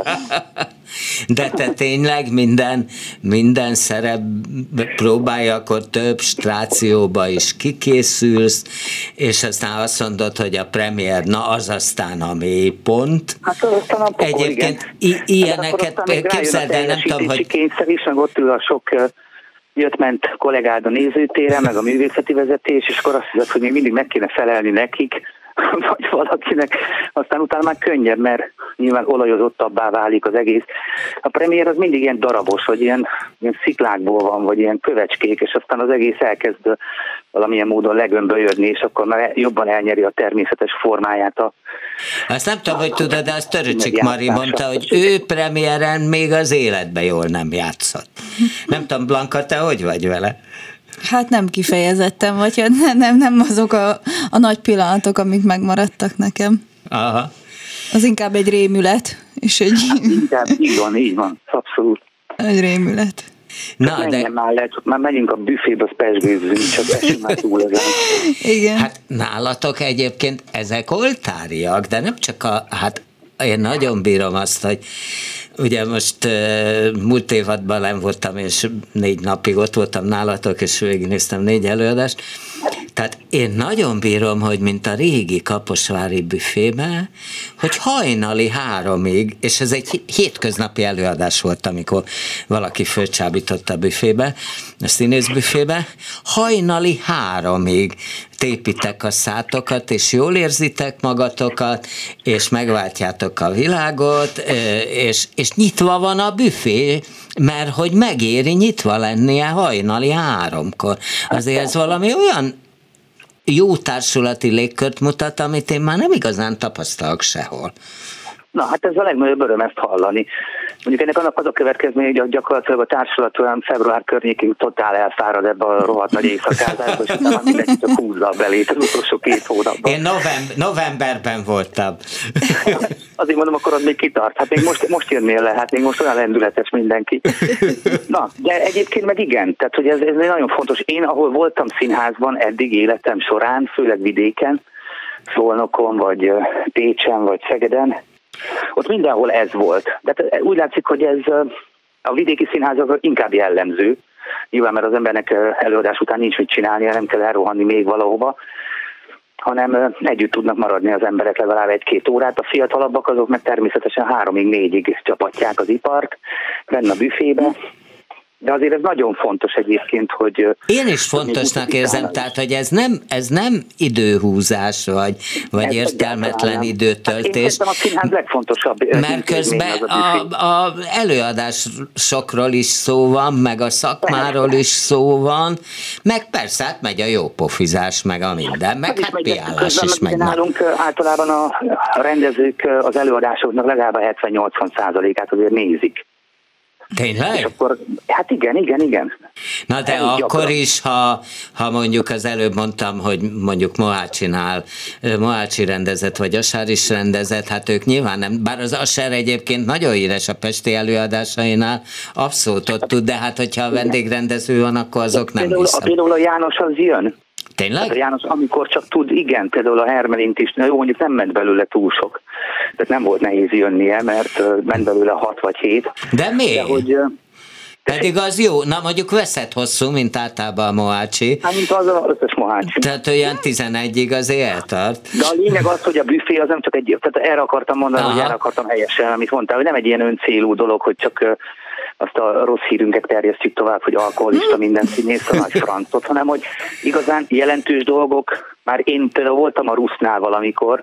De te tényleg minden, minden szerep próbálja, akkor több strációba is kikészülsz, és aztán azt mondod, hogy a premier, na az aztán a mélypont. Hát az aztán a pokol, egyébként i- ilyeneket képzeld el, nem tudom, hogy... kényszer is, meg ott ül a sok jött-ment kollégád a nézőtéren, meg a művészeti vezetés, és akkor azt hiszed, hogy még mindig meg kéne felelni nekik, vagy valakinek, aztán utána már könnyebb, mert nyilván olajozottabbá válik az egész. A premier az mindig ilyen darabos, vagy ilyen, ilyen sziklákból van, vagy ilyen kövecskék, és aztán az egész elkezd valamilyen módon legömbölyödni, és akkor már jobban elnyeri a természetes formáját. A, azt nem tudom, hogy tudod, de azt Töröcsik Mari mondta, hogy ő premiéren még az életben jól nem játszott. Nem tudom, Blanka, te hogy vagy vele? Hát nem kifejezettem, vagy nem, nem, nem azok a, a nagy pillanatok, amik megmaradtak nekem. Aha. Az inkább egy rémület. És egy... Hát, inkább így van, így van, abszolút. Egy rémület. Na, de... már le, csak már megyünk a büfébe, pesgőzzünk, csak esünk már túl ezen. Igen. Hát nálatok egyébként ezek oltáriak, de nem csak a, hát én nagyon bírom azt, hogy ugye most uh, múlt évadban nem voltam, és négy napig ott voltam nálatok, és végignéztem négy előadást. Tehát én nagyon bírom, hogy mint a régi kaposvári büfébe, hogy hajnali háromig, és ez egy hétköznapi előadás volt, amikor valaki fölcsábított a büfébe, a színészbüfébe, hajnali háromig tépitek a szátokat, és jól érzitek magatokat, és megváltjátok a világot, és, és nyitva van a büfé, mert hogy megéri nyitva lennie hajnali háromkor. Azért ez valami olyan jó társulati légkört mutat, amit én már nem igazán tapasztalok sehol. Na, hát ez a legnagyobb öröm ezt hallani. Mondjuk ennek annak az a következmény, hogy gyakorlatilag a társulat olyan február környékig totál elfárad ebbe a rohadt nagy éjszakázásba, és utána mindenki csak húzza a belét az utolsó két hónapban. Én november, novemberben voltam. Azért mondom, akkor az még kitart. Hát még most, most jönnél le, hát még most olyan lendületes mindenki. Na, de egyébként meg igen, tehát hogy ez, ez nagyon fontos. Én, ahol voltam színházban eddig életem során, főleg vidéken, Szolnokon, vagy Pécsen, vagy Szegeden, ott mindenhol ez volt. De úgy látszik, hogy ez a vidéki színházak inkább jellemző. Nyilván, mert az embernek előadás után nincs mit csinálnia, nem kell elrohanni még valahova, hanem együtt tudnak maradni az emberek legalább egy-két órát. A fiatalabbak azok meg természetesen háromig, négyig csapatják az ipart, benne a büfébe. De azért ez nagyon fontos egyébként, hogy... Én is fontosnak érzem, tehát, hogy ez nem, ez nem időhúzás, vagy, vagy értelmetlen időtöltés. Hát én szerintem a színház legfontosabb. Mert közben a, a előadásokról is szó van, meg a szakmáról is szó van, meg persze hát megy a jó pofizás, meg a minden, meg hát piálás is megy. Nálunk általában a rendezők az előadásoknak legalább a hetven-nyolcvan százalékát azért nézik. Tényleg? És akkor, hát igen, igen, igen. Na de Elég akkor gyakran. is, ha, ha mondjuk az előbb mondtam, hogy mondjuk Mohácsinál, Mohácsi rendezett, vagy Asár is rendezett, hát ők nyilván nem, bár az Asár egyébként nagyon híres a pesti előadásainál, abszolút ott tud, de hát hogyha a vendégrendező van, akkor azok nem például, hiszem. Például a János az jön. Tényleg? A János, amikor csak tud, igen, például a Hermelint is, jó, mondjuk nem ment belőle túl sok. Tehát nem volt nehéz jönnie, mert ment belőle hat vagy hét. De miért? De hogy, Pedig az jó, na mondjuk veszed hosszú, mint általában a Mohácsi. Hát, mint az az összes Mohácsi. Tehát olyan tizenegyig azért eltart. De a lényeg az, hogy a büfé az nem csak egy, tehát erre akartam mondani, Aha. hogy erre akartam helyesen, amit mondtál, hogy nem egy ilyen öncélú dolog, hogy csak azt a rossz hírünket terjesztjük tovább, hogy alkoholista minden színész, a nagy francot, hanem hogy igazán jelentős dolgok, már én például voltam a Rusznál valamikor,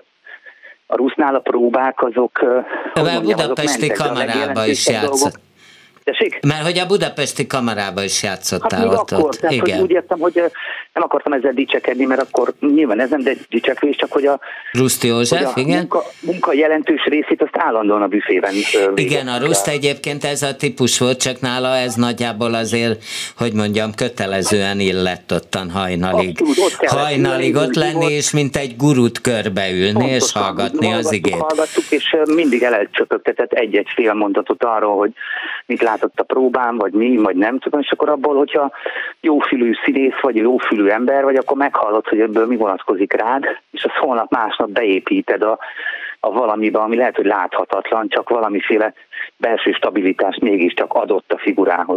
a Rusznál a próbák azok, hogy a mondjam, Budapesti azok Kamarában is játszott. Tessék? Mert hogy a Budapesti Kamarában is játszottál hát ott. Akkor, tehát, igen. Hogy úgy értem, hogy nem akartam ezzel dicsekedni, mert akkor nyilván ez nem, de dicsekvés, csak hogy a, Ruszt József, hogy a igen. Munka, munka jelentős részét azt állandóan a büfében. Igen, a Ruszt egyébként ez a típus volt, csak nála ez nagyjából azért, hogy mondjam, kötelezően illett ottan hajnalig. Abszolút, ott hajnalig ott lenni, és mint egy gurút körbeülni, pontosan, és hallgatni az igét. Hallgattuk, és mindig elcsöpögtetett egy-egy fél mondatot arról, hogy mit látott a próbán, vagy mi, vagy nem tudom, és akkor abból, hogyha jófülű színész, vagy jófülű ember, vagy akkor meghallod, hogy ebből mi vonatkozik rád, és azt holnap másnap beépíted a, a valamibe, ami lehet, hogy láthatatlan, csak valamiféle belső stabilitást mégiscsak adott a figurához.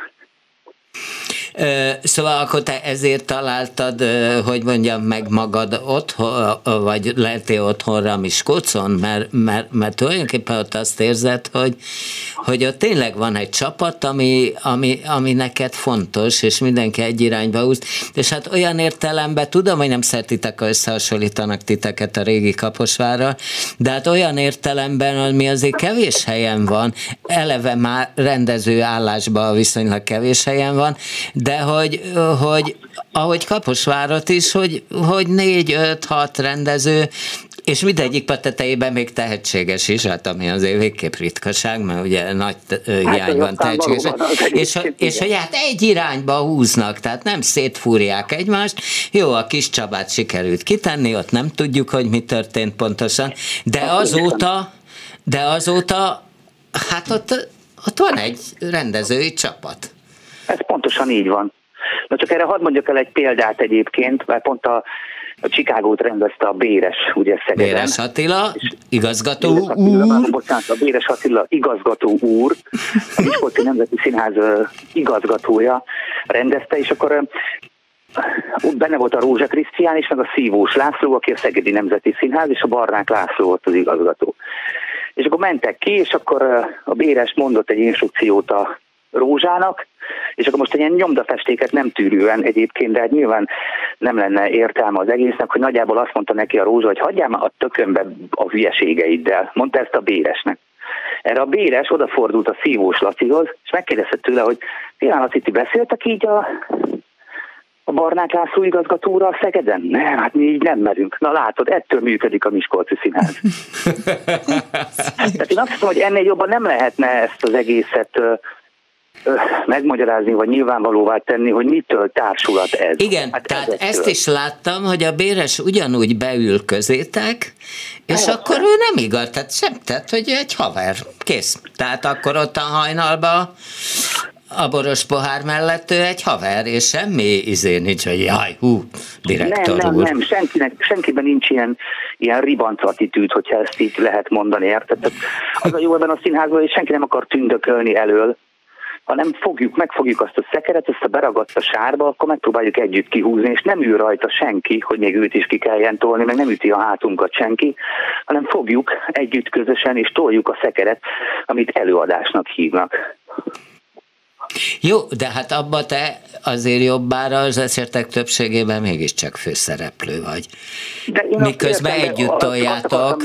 Szóval akkor te ezért találtad, hogy mondjam meg magad otthon, vagy lehetél otthonra Miskolcon, mert, mert, mert tulajdonképpen ott azt érzed, hogy, hogy ott tényleg van egy csapat, ami, ami, ami neked fontos, és mindenki egy irányba úsz, és hát olyan értelemben, tudom, hogy nem szeretitek, ha összehasonlítanak titeket a régi Kaposvárral, de hát olyan értelemben, ami azért kevés helyen van, eleve már rendező állásban viszonylag kevés helyen van, de hogy, hogy ahogy Kaposvárat is, hogy, hogy négy, öt, hat rendező, és mindegyik a tetejében még tehetséges is, hát ami azért végképp ritkaság, mert ugye nagy hiány van tehetséges, és, és hogy hát egy irányba húznak, tehát nem szétfúrják egymást. Jó, a Kis Csabát sikerült kitenni, ott nem tudjuk, hogy mi történt pontosan, de azóta, de azóta, hát ott, ott van egy rendezői csapat. Ez pontosan így van. Na csak erre hadd mondjak el egy példát egyébként, mert pont a A Chicagót rendezte a Béres, ugye Szegeden. Béres Attila, igazgató Béres Attila, úr. Bocsánat, a Béres Attila igazgató úr, a Miskolci Nemzeti Színház igazgatója rendezte, és akkor ott benne volt a Rózsa Krisztián is, meg a Szívós László, aki a Szegedi Nemzeti Színház, és a Barnák László volt az igazgató. És akkor mentek ki, és akkor a Béres mondott egy instrukciót a Rózsának, és akkor most egy ilyen nyomdafestéket nem tűrően egyébként, de hát nyilván nem lenne értelme az egésznek, hogy nagyjából azt mondta neki a Rózsa, hogy hagyjál már a tökönbe a hülyeségeiddel. Mondta ezt a Béresnek. Erre a Béres odafordult a Szívós Lacihoz, és megkérdezte tőle, hogy Pilán Laci, ti beszéltek így a, a Barnák László igazgatóra a Szegeden? Nem, hát mi így nem merünk. Na látod, ettől működik a Miskolci Színház. Tehát én azt hiszem, hogy ennél jobban nem lehetne ezt az egészet megmagyarázni, vagy nyilvánvalóvá tenni, hogy mitől társulat ez. Igen, hát tehát ezektől. Ezt is láttam, hogy a Béres ugyanúgy beül közétek, és hát, akkor ő nem igaz, tehát sem, tehát, hogy egy haver, kész. Tehát akkor ott a hajnalba a boros pohár mellett ő egy haver, és semmi izé nincs, hogy jaj, hú, direktor nem, úr. Nem, nem, senkinek, senkiben nincs ilyen, ilyen ribanc attitűd, hogyha ezt így lehet mondani, érted? Tehát az a jó ebben a színházban, hogy senki nem akar tündökölni elől, hanem fogjuk, megfogjuk azt a szekeret, ezt a beragadt a sárba, akkor megpróbáljuk együtt kihúzni, és nem ül rajta senki, hogy még őt is ki kelljen tolni, meg nem üti a hátunkat senki, hanem fogjuk együtt közösen, és toljuk a szekeret, amit előadásnak hívnak. Jó, de hát abba te azért jobbára az esetek többségében mégiscsak főszereplő vagy. Miközben értem, együtt toljátok.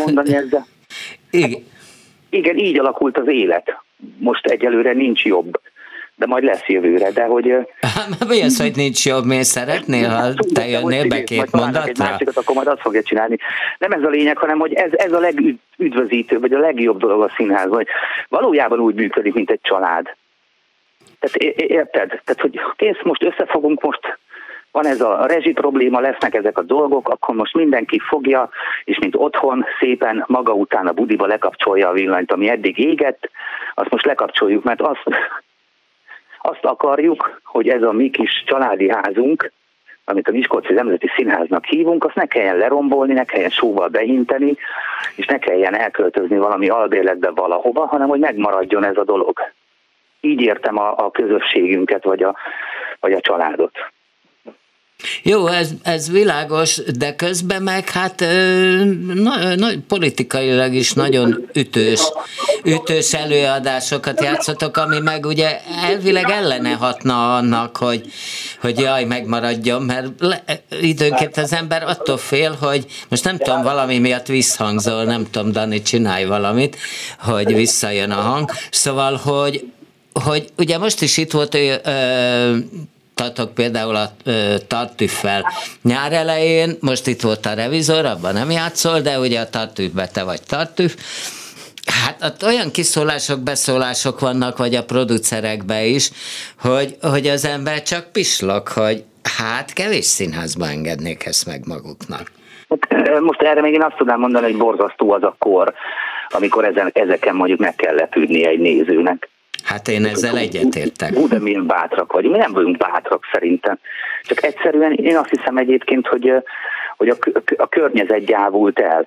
Igen. Igen, így alakult az élet. Most egyelőre nincs jobb, de majd lesz jövőre, de hogy... Hát mi az, hogy nincs jobb, miért szeretnél, ha te jönnél be két mondatra? Egy másikat, akkor majd azt fogja csinálni. Nem ez a lényeg, hanem hogy ez, ez a legüdvözítőbb, vagy a legjobb dolog a színházban, hogy valójában úgy működik, mint egy család. Tehát érted? Tehát, hogy kész, most összefogunk, most van ez a rezsi probléma, lesznek ezek a dolgok, akkor most mindenki fogja, és mint otthon szépen maga után a budiba lekapcsolja a villanyt, ami eddig égett, azt most lekapcsoljuk, mert azt, azt akarjuk, hogy ez a mi kis családi házunk, amit a Miskolci Nemzeti Színháznak hívunk, azt ne kelljen lerombolni, ne kelljen sóval behinteni, és ne kelljen elköltözni valami albérletbe valahova, hanem hogy megmaradjon ez a dolog. Így értem a, a közösségünket, vagy a, vagy a családot. Jó, ez, ez világos, de közben meg hát na, na, politikailag is nagyon ütős, ütős előadásokat játszotok, ami meg ugye elvileg ellene hatna annak, hogy, hogy jaj, megmaradjon, mert le, időnként az ember attól fél, hogy most nem tudom, valami miatt visszhangzol, nem tudom, Dani, csinálj valamit, hogy visszajön a hang. Szóval, hogy, hogy ugye most is itt volt, hogy tatok például a Tartüffel nyár elején, most itt volt a Revizor, abban nem játszol, de ugye a Tartüffben te vagy Tartüff. Hát ott olyan kiszólások, beszólások vannak, vagy a producerekben is, hogy, hogy az ember csak pislog, hogy hát kevés színházba engednék ezt meg maguknak. Most erre még én azt tudnám mondani, hogy borzasztó az a kor, amikor ezen, ezeken mondjuk meg kell lepődnie egy nézőnek. Hát én ezzel egyetértek. Hú, de milyen bátrak vagyunk. Mi nem vagyunk bátrak szerintem. Csak egyszerűen én azt hiszem egyébként, hogy, hogy a, a környezet gyávult el.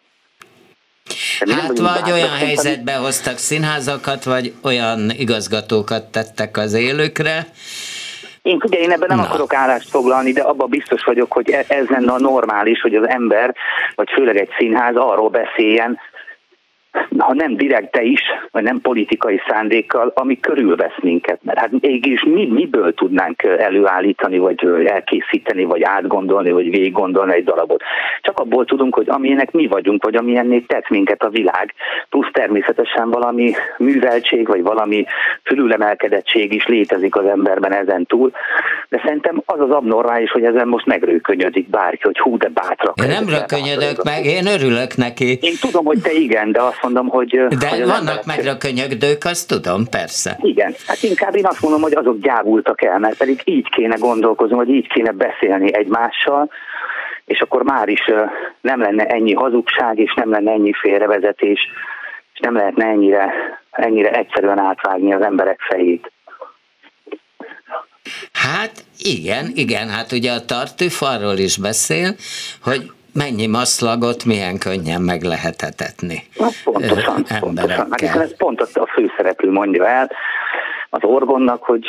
Hát vagy bátrak, olyan helyzetbe hoztak színházakat, vagy olyan igazgatókat tettek az élőkre. Én ugye én ebben nem Na. akarok állást foglalni, de abban biztos vagyok, hogy ez lenne a normális, hogy az ember, vagy főleg egy színház arról beszéljen, ha nem direkte is, vagy nem politikai szándékkal, ami körülvesz minket. Mert hát mégis mi, miből tudnánk előállítani, vagy elkészíteni, vagy átgondolni, vagy végiggondolni egy darabot. Csak abból tudunk, hogy amilyenek mi vagyunk, vagy amilyenné tett minket a világ, plusz természetesen valami műveltség, vagy valami fölülemelkedettség is létezik az emberben ezen túl. De szerintem az az abnormális, hogy ezen most megrőkönyödik bárki, hogy hú, de bátrak. Én nem rökönyödök meg, én örülök neki. Én tudom, hogy te igen, de azt mondom, hogy... De hogy vannak megrökönyödők, azt tudom, persze. Igen, hát inkább én azt mondom, hogy azok gyávultak el, mert pedig így kéne gondolkozni, vagy így kéne beszélni egymással, és akkor már is nem lenne ennyi hazugság, és nem lenne ennyi félrevezetés, és nem lehetne ennyire, ennyire egyszerűen átvágni az emberek fejét. Hát igen, igen, hát ugye a Tartüf arról is beszél, hogy mennyi maszlagot milyen könnyen meg lehet etetni. Na, pontosan, pontosan. Hát ez pont a főszereplő mondja el az Orgonnak, hogy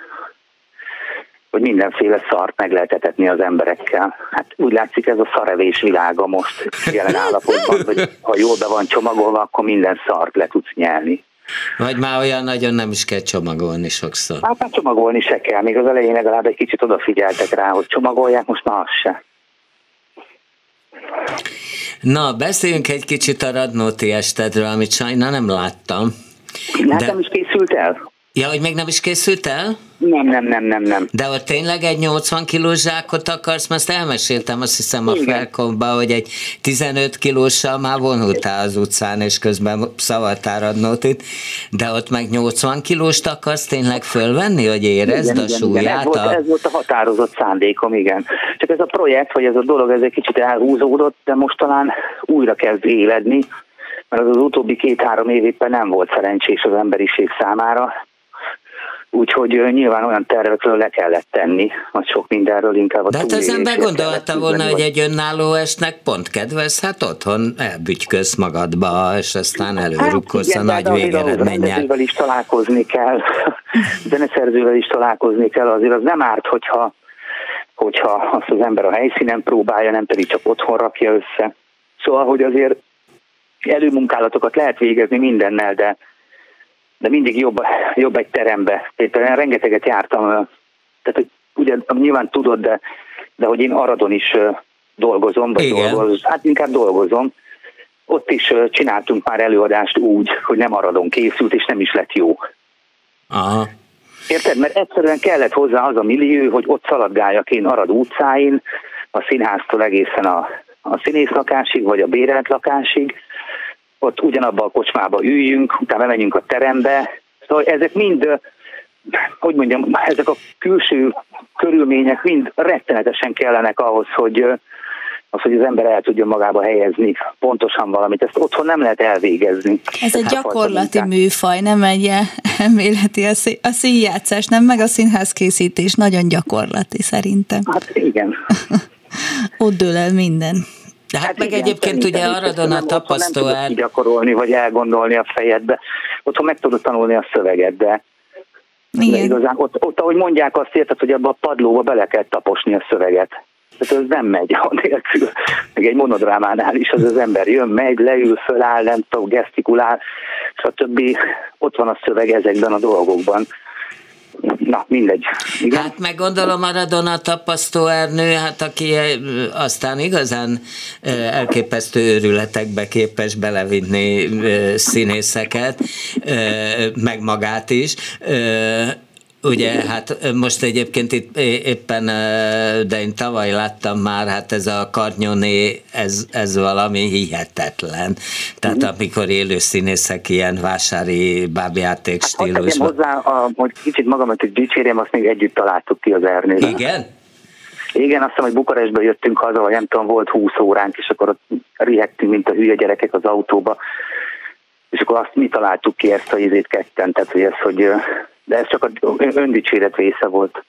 hogy mindenféle szart meg lehet etetni az emberekkel. Hát úgy látszik, ez a szarevés világa most jelen állapotban, hogy ha jól be van csomagolva, akkor minden szart le tudsz nyelni. Vagy már olyan nagyon nem is kell csomagolni sokszor. Hát már csomagolni se kell, még az elején legalább egy kicsit odafigyeltek rá, hogy csomagolják, most már az se. Na, beszéljünk egy kicsit a Radnóti estedről, amit sajna nem láttam. Hát de... nem is készült el? Ja, hogy még nem is készült el? Nem, nem, nem, nem, nem. De ott tényleg egy nyolcvan kilós zsákot akarsz? Mert azt elmeséltem, azt hiszem a Felkomban, hogy egy tizenöt kilóssal már vonultál az utcán, és közben szavaltál Radnótit, de ott meg nyolcvan kilóst akarsz tényleg fölvenni, hogy érezd igen, a igen, súlyát? Igen. Ez, a... volt, ez volt a határozott szándékom, igen. Csak ez a projekt, vagy ez a dolog, ez egy kicsit elhúzódott, de most talán újra kezd éledni, mert az, az utóbbi két-három év éppen nem volt szerencsés az emberiség számára. Úgyhogy nyilván olyan tervekről le kellett tenni, hogy sok mindenről inkább a de hát az ember gondolta volna, hogy egy önálló estnek pont kedvez, hát otthon elbügyköz magadba, és aztán előrukkolsz hát, a nagy végeredménnyel. Zeneszerzővel is találkozni kell, zeneszerzővel is találkozni kell, azért az nem árt, hogyha, hogyha azt az ember a helyszínen próbálja, nem pedig csak otthon rakja össze. Szóval, hogy azért előmunkálatokat lehet végezni mindennel, de de mindig jobb, jobb egy terembe. Például rengeteget jártam, tehát hogy ugye nyilván tudod, de, de hogy én Aradon is dolgozom, vagy dolgozom, hát inkább dolgozom. Ott is csináltunk már előadást úgy, hogy nem Aradon készült, és nem is lett jó. Aha. Érted? Mert egyszerűen kellett hozzá az a millió, hogy ott szaladgáljak én Arad utcáin, a színháztól egészen a, a színésznakásig, vagy a bérelt lakásig, ott ugyanabban a kocsmába üljünk, utána menjünk a terembe. Szóval ezek mind, hogy mondjam, ezek a külső körülmények mind rettenetesen kellenek ahhoz, hogy az, hogy az ember el tudjon magába helyezni pontosan valamit. Ezt otthon nem lehet elvégezni. Ez egy gyakorlati műfaj, nem egy elméleti a színjátszás, nem meg a színházkészítés. Nagyon gyakorlati szerintem. Hát igen. Ott dől el minden. De hát, hát meg igen, egyébként ugye Aradon a tapasztó el... Nem tudod gyakorolni, vagy elgondolni a fejedbe. Otthon meg tudod tanulni a szöveget, de, de igazán ott, ott, ahogy mondják, azt érted, hogy abba a padlóba bele kell taposni a szöveget. Tehát ez nem megy nélkül. Meg egy monodrámánál is az az ember jön, megy, leül, föláll, nem tudom, gesztikulál, stb. Ott van a szöveg ezekben a dolgokban. Na, mindegy. Igen? Hát meg gondolom Aradon a tapasztóernő, hát aki aztán igazán elképesztő őrületekbe képes belevinni színészeket, meg magát is. Ugye, hát most egyébként itt éppen, de én tavaly láttam már, hát ez a Karnyóné, ez, ez valami hihetetlen. Tehát amikor élő színészek ilyen vásári bábjáték stílusban. Hát, hozzá, a, hogy kicsit magamat is dicsérjem, azt még együtt találtuk ki az Ernővel. Igen? Igen, azt hiszem, hogy Bukarestből jöttünk haza, vagy nem tudom, volt húsz óránk, és akkor ott rihettünk, mint a hülye gyerekek az autóba, és akkor azt mi találtuk ki ezt a ízét ketten, tehát hogy ez, hogy de ez csak az öndicséret része volt.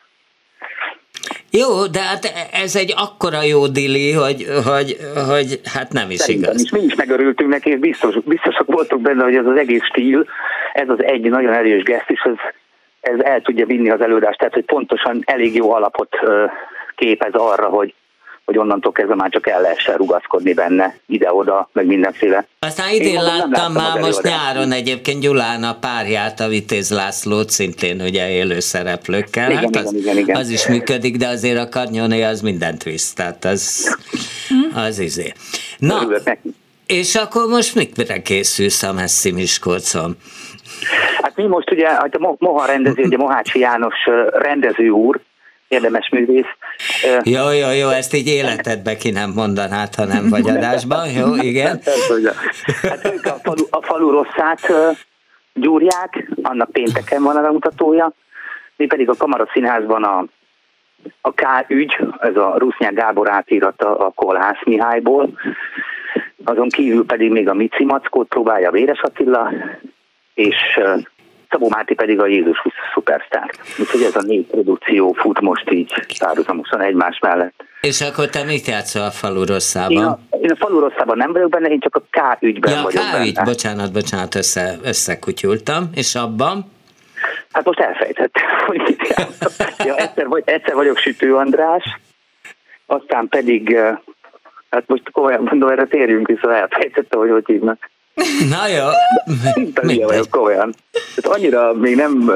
Jó, de hát ez egy akkora jó dili, hogy, hogy, hogy hát nem is Szerintem igaz. Is, mi is megörültünk neki, és biztos, biztosak voltunk benne, hogy ez az egész stíl, ez az egy nagyon erős gesztus, ez, ez el tudja vinni az előadást, tehát hogy pontosan elég jó alapot képez arra, hogy hogy onnantól kezdve már csak el lehessen rugaszkodni benne, ide-oda, meg mindenféle. Aztán idén láttam, láttam már most nyáron egyébként Gyulán a párját, a Vitéz Lászlót, szintén ugye élő szereplőkkel. Igen, hát igen, az, igen, igen. az is működik, de azért a Karnyóné az mindent visz, tehát az, az izé. Na, és akkor most mikre készülsz a messzi Miskolcon? Hát mi most ugye, a Moha rendező, ugye Mohácsi János rendező úr, érdemes művész. Jó, jó, jó, ezt így életedbe ki nem mondanád, ha nem vagy adásban, jó, igen. Hát ők a falu, a falu rosszát gyúrják, annak pénteken van a bemutatója, mi pedig a Kamara Színházban a, a K ügy, ez a Rusznyák Gábor átírata a Kolhász Mihályból, azon kívül pedig még a Mici Mackót próbálja Véres Attila, és Szabó Máté pedig a Jézus szupersztár. Úgyhogy ez a négy produkció fut most így párhuzamosan egymás mellett. És akkor te mit játszol a Falu rosszában? Én a, én a Falu rosszában nem vagyok benne, én csak a K ügyben ja, vagyok K benne. ügy, bocsánat, bocsánat, össze, összekutyultam, és abban? Hát most elfejtettem, hogy mit játszom. Ja, egyszer, vagy, egyszer vagyok Sütő András, aztán pedig, hát most komolyan mondom, erre térjünk vissza, elfejtettem, hogy hogy hívnak. Na jó. Minden vagyok komolyan. Tehát annyira még nem,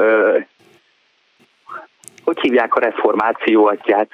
hogy hívják a reformáció atyát?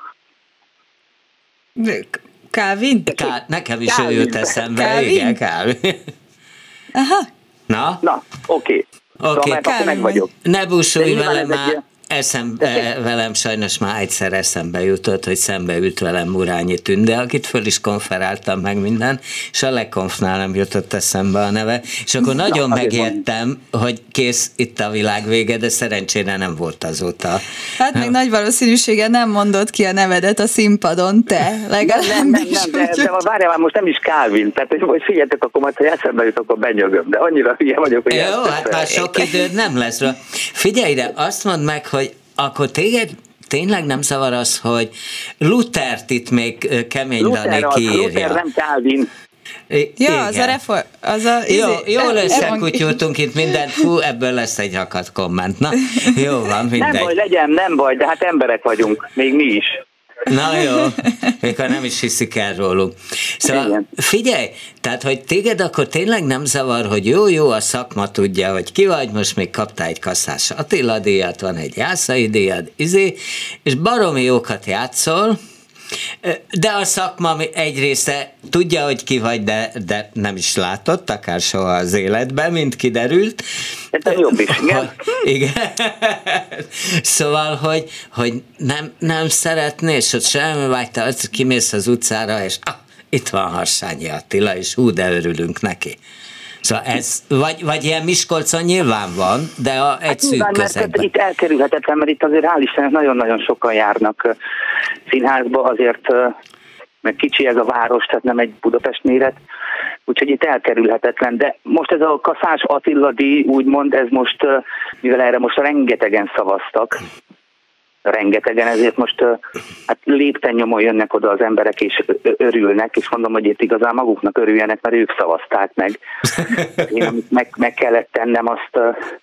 Calvin? Ká- nekem is ő jut eszembe. Calvin? Igen, Calvin. Aha. Na? Na, oké. Okay. Oké. Okay. Szóval meg vagyok. Ne búsulj velem már. Eszem, velem sajnos már egyszer eszembe jutott, hogy szembe ült velem Murányi Tünde, akit föl is konferáltam meg minden, és a legkonfnál nem jutott eszembe a neve, és akkor nagyon Na, megijedtem, hogy kész, itt a világ vége, de szerencsére nem volt azóta. Hát még nagy valószínűséggel nem mondott ki a nevedet a színpadon, te legalább. Nem, nem, nem, de, de várjál már, most nem is Calvin, tehát hogy figyeljetek, akkor majd, ha eszembe jut, akkor benyögöm, de annyira hülye vagyok, hogy... Jó, hát már sok időd nem lesz. Figyelj ide, azt mondd meg, hogy akkor téged tényleg nem zavar az, hogy Luthert itt még Kemény Dani kiírja. Luther nem Calvin. I- ja, igen. az a reform... Az a, jó, jól összekutyultunk itt mindent. Hú, ebből lesz egy hakat komment. Na, jó van, mindegy. Nem baj, legyen, nem baj, de hát emberek vagyunk, még mi is. Na jó, mikor nem is hiszik el rólunk. Szóval igen. Figyelj, tehát, hogy téged akkor tényleg nem zavar, hogy jó-jó, a szakma tudja, hogy ki vagy, most még kaptál egy Kaszás Attila díjat, van egy Jászai díjad, izé, és baromi jókat játszol, de a szakma egy része tudja, hogy ki vagy, de, de nem is látott, akár soha az életben, mint kiderült. Ez jobb is, igen. Igen. Szóval, hogy, hogy nem, nem szeretnél, hogy semmi vágytál, hogy kimész az utcára, és ah, itt van Harsányi Attila, és hú, de örülünk neki. Szóval ez, vagy, vagy ilyen Miskolcon nyilván van, de a, egy hát szűk nyilván, közegben. Itt elkerülhetetlen, mert itt azért hál' Istennek nagyon-nagyon sokan járnak színházba, azért meg kicsi ez a város, tehát nem egy Budapest méret, úgyhogy itt elkerülhetetlen, de most ez a Kaszás Attila díj, úgymond, ez most, mivel erre most rengetegen szavaztak, rengetegen, ezért most hát lépten nyomon jönnek oda az emberek, és örülnek, és mondom, hogy itt igazán maguknak örüljenek, mert ők szavazták meg. Én amit meg, meg kellett tennem, azt,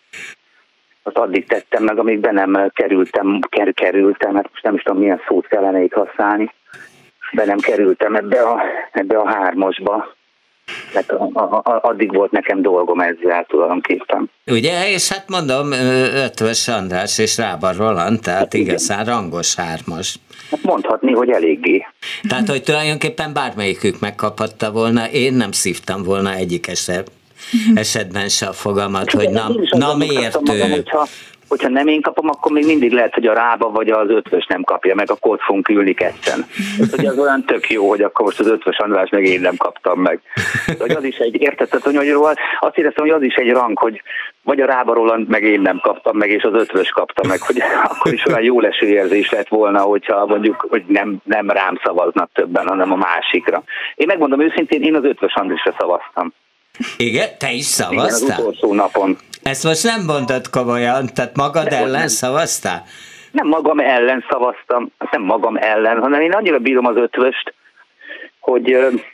azt addig tettem meg, amíg be nem kerültem, ker, kerültem, hát most nem is tudom, milyen szót kellene itt használni, be nem kerültem ebbe a, ebbe a hármasba. Hát a, a, a, addig volt nekem dolgom ezzel tulajdonképpen. Ugye, és hát mondom, Ötvös András és Rába Roland, tehát hát igazán rangos hármas. Hát mondhatni, hogy eléggé. Tehát, hogy tulajdonképpen bármelyikük megkaphatta volna, én nem szívtam volna egyik eset, esetben se a fogalmat, hogy na, na miért ő... Magam, hogyha, hogyha nem én kapom, akkor még mindig lehet, hogy a Rába vagy az Ötvös nem kapja meg, akkor ott fogunk ülni ketten. Hogy az olyan tök jó, hogy akkor most az Ötvös András meg én nem kaptam meg. Hogy az is egy, értetted, hogy azt éreztem, hogy az is egy rang, hogy vagy a Rába Roland meg én nem kaptam meg, és az Ötvös kapta meg, hogy akkor is olyan jó leső érzés lett volna, hogyha mondjuk, hogy nem, nem rám szavaznak többen, hanem a másikra. Én megmondom őszintén, én az Ötvös Andrásra szavaztam. Igen? Te is szavaztál? Igen, az utolsó napon. Ezt most nem mondtad komolyan, tehát magad de ellen szavaztál? Nem magam ellen szavaztam, nem magam ellen, hanem én annyira bírom az Ötvöst, hogy,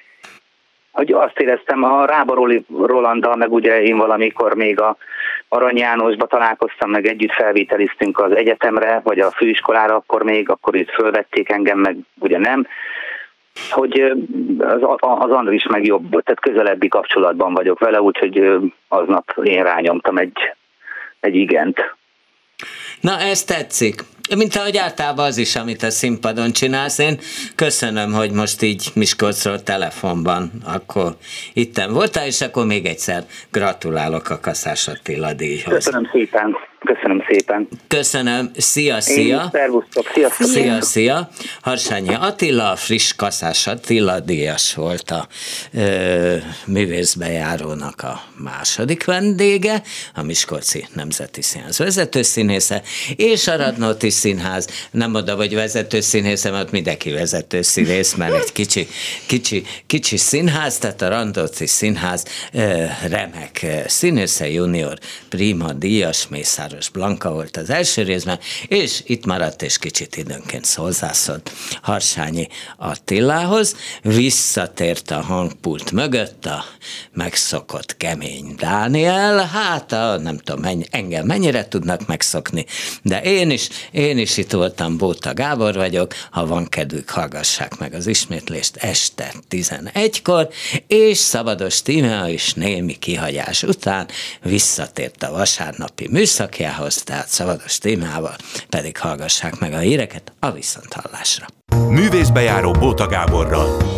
hogy azt éreztem, a Rába Rolanddal, meg ugye én valamikor még a Arany Jánosba találkoztam, meg együtt felvételiztünk az egyetemre, vagy a főiskolára, akkor még, akkor itt fölvették engem, meg ugye nem, hogy az, az Andris meg jobb, tehát közelebbi kapcsolatban vagyok vele, úgyhogy aznap én rányomtam egy, egy igent. Na, ez tetszik. Mint ahogy általában az is, amit a színpadon csinálsz. Én köszönöm, hogy most így Miskolcról telefonban akkor itten voltál, és akkor még egyszer gratulálok a Kaszás Attila díjhoz. Köszönöm szépen. Köszönöm szépen. Köszönöm. Szia, szia. Én szervusztok. Sziasztok. Szia, szia. Harsányi Attila, a friss Kaszás Attila díjas volt a ö, művészbejárónak a második vendége, a Miskolci Nemzeti Színház vezetőszínésze, és a Radnóti Színház, nem oda vagy vezető színész, mert mindenki vezető színész, mert egy kicsi, kicsi, kicsi színház, tehát a Randóci Színház remek színésze, junior, prima, díjas, Mészáros Blanka volt az első részben, és itt maradt, és kicsit időnként hozzászólt Harsányi Attilához, visszatért a hangpult mögött a megszokott kemény Dániel, hát a, nem tudom, mennyi, engem mennyire tudnak megszokni, de én is, én is itt voltam, Bóta Gábor vagyok, ha van kedvük, hallgassák meg az ismétlést este tizenegykor, és Szabados Tímea is némi kihagyás után visszatért a vasárnapi műszakjához, tehát Szabados Tímeával pedig hallgassák meg a híreket a viszonthallásra. Művészbejáró Bóta Gáborral.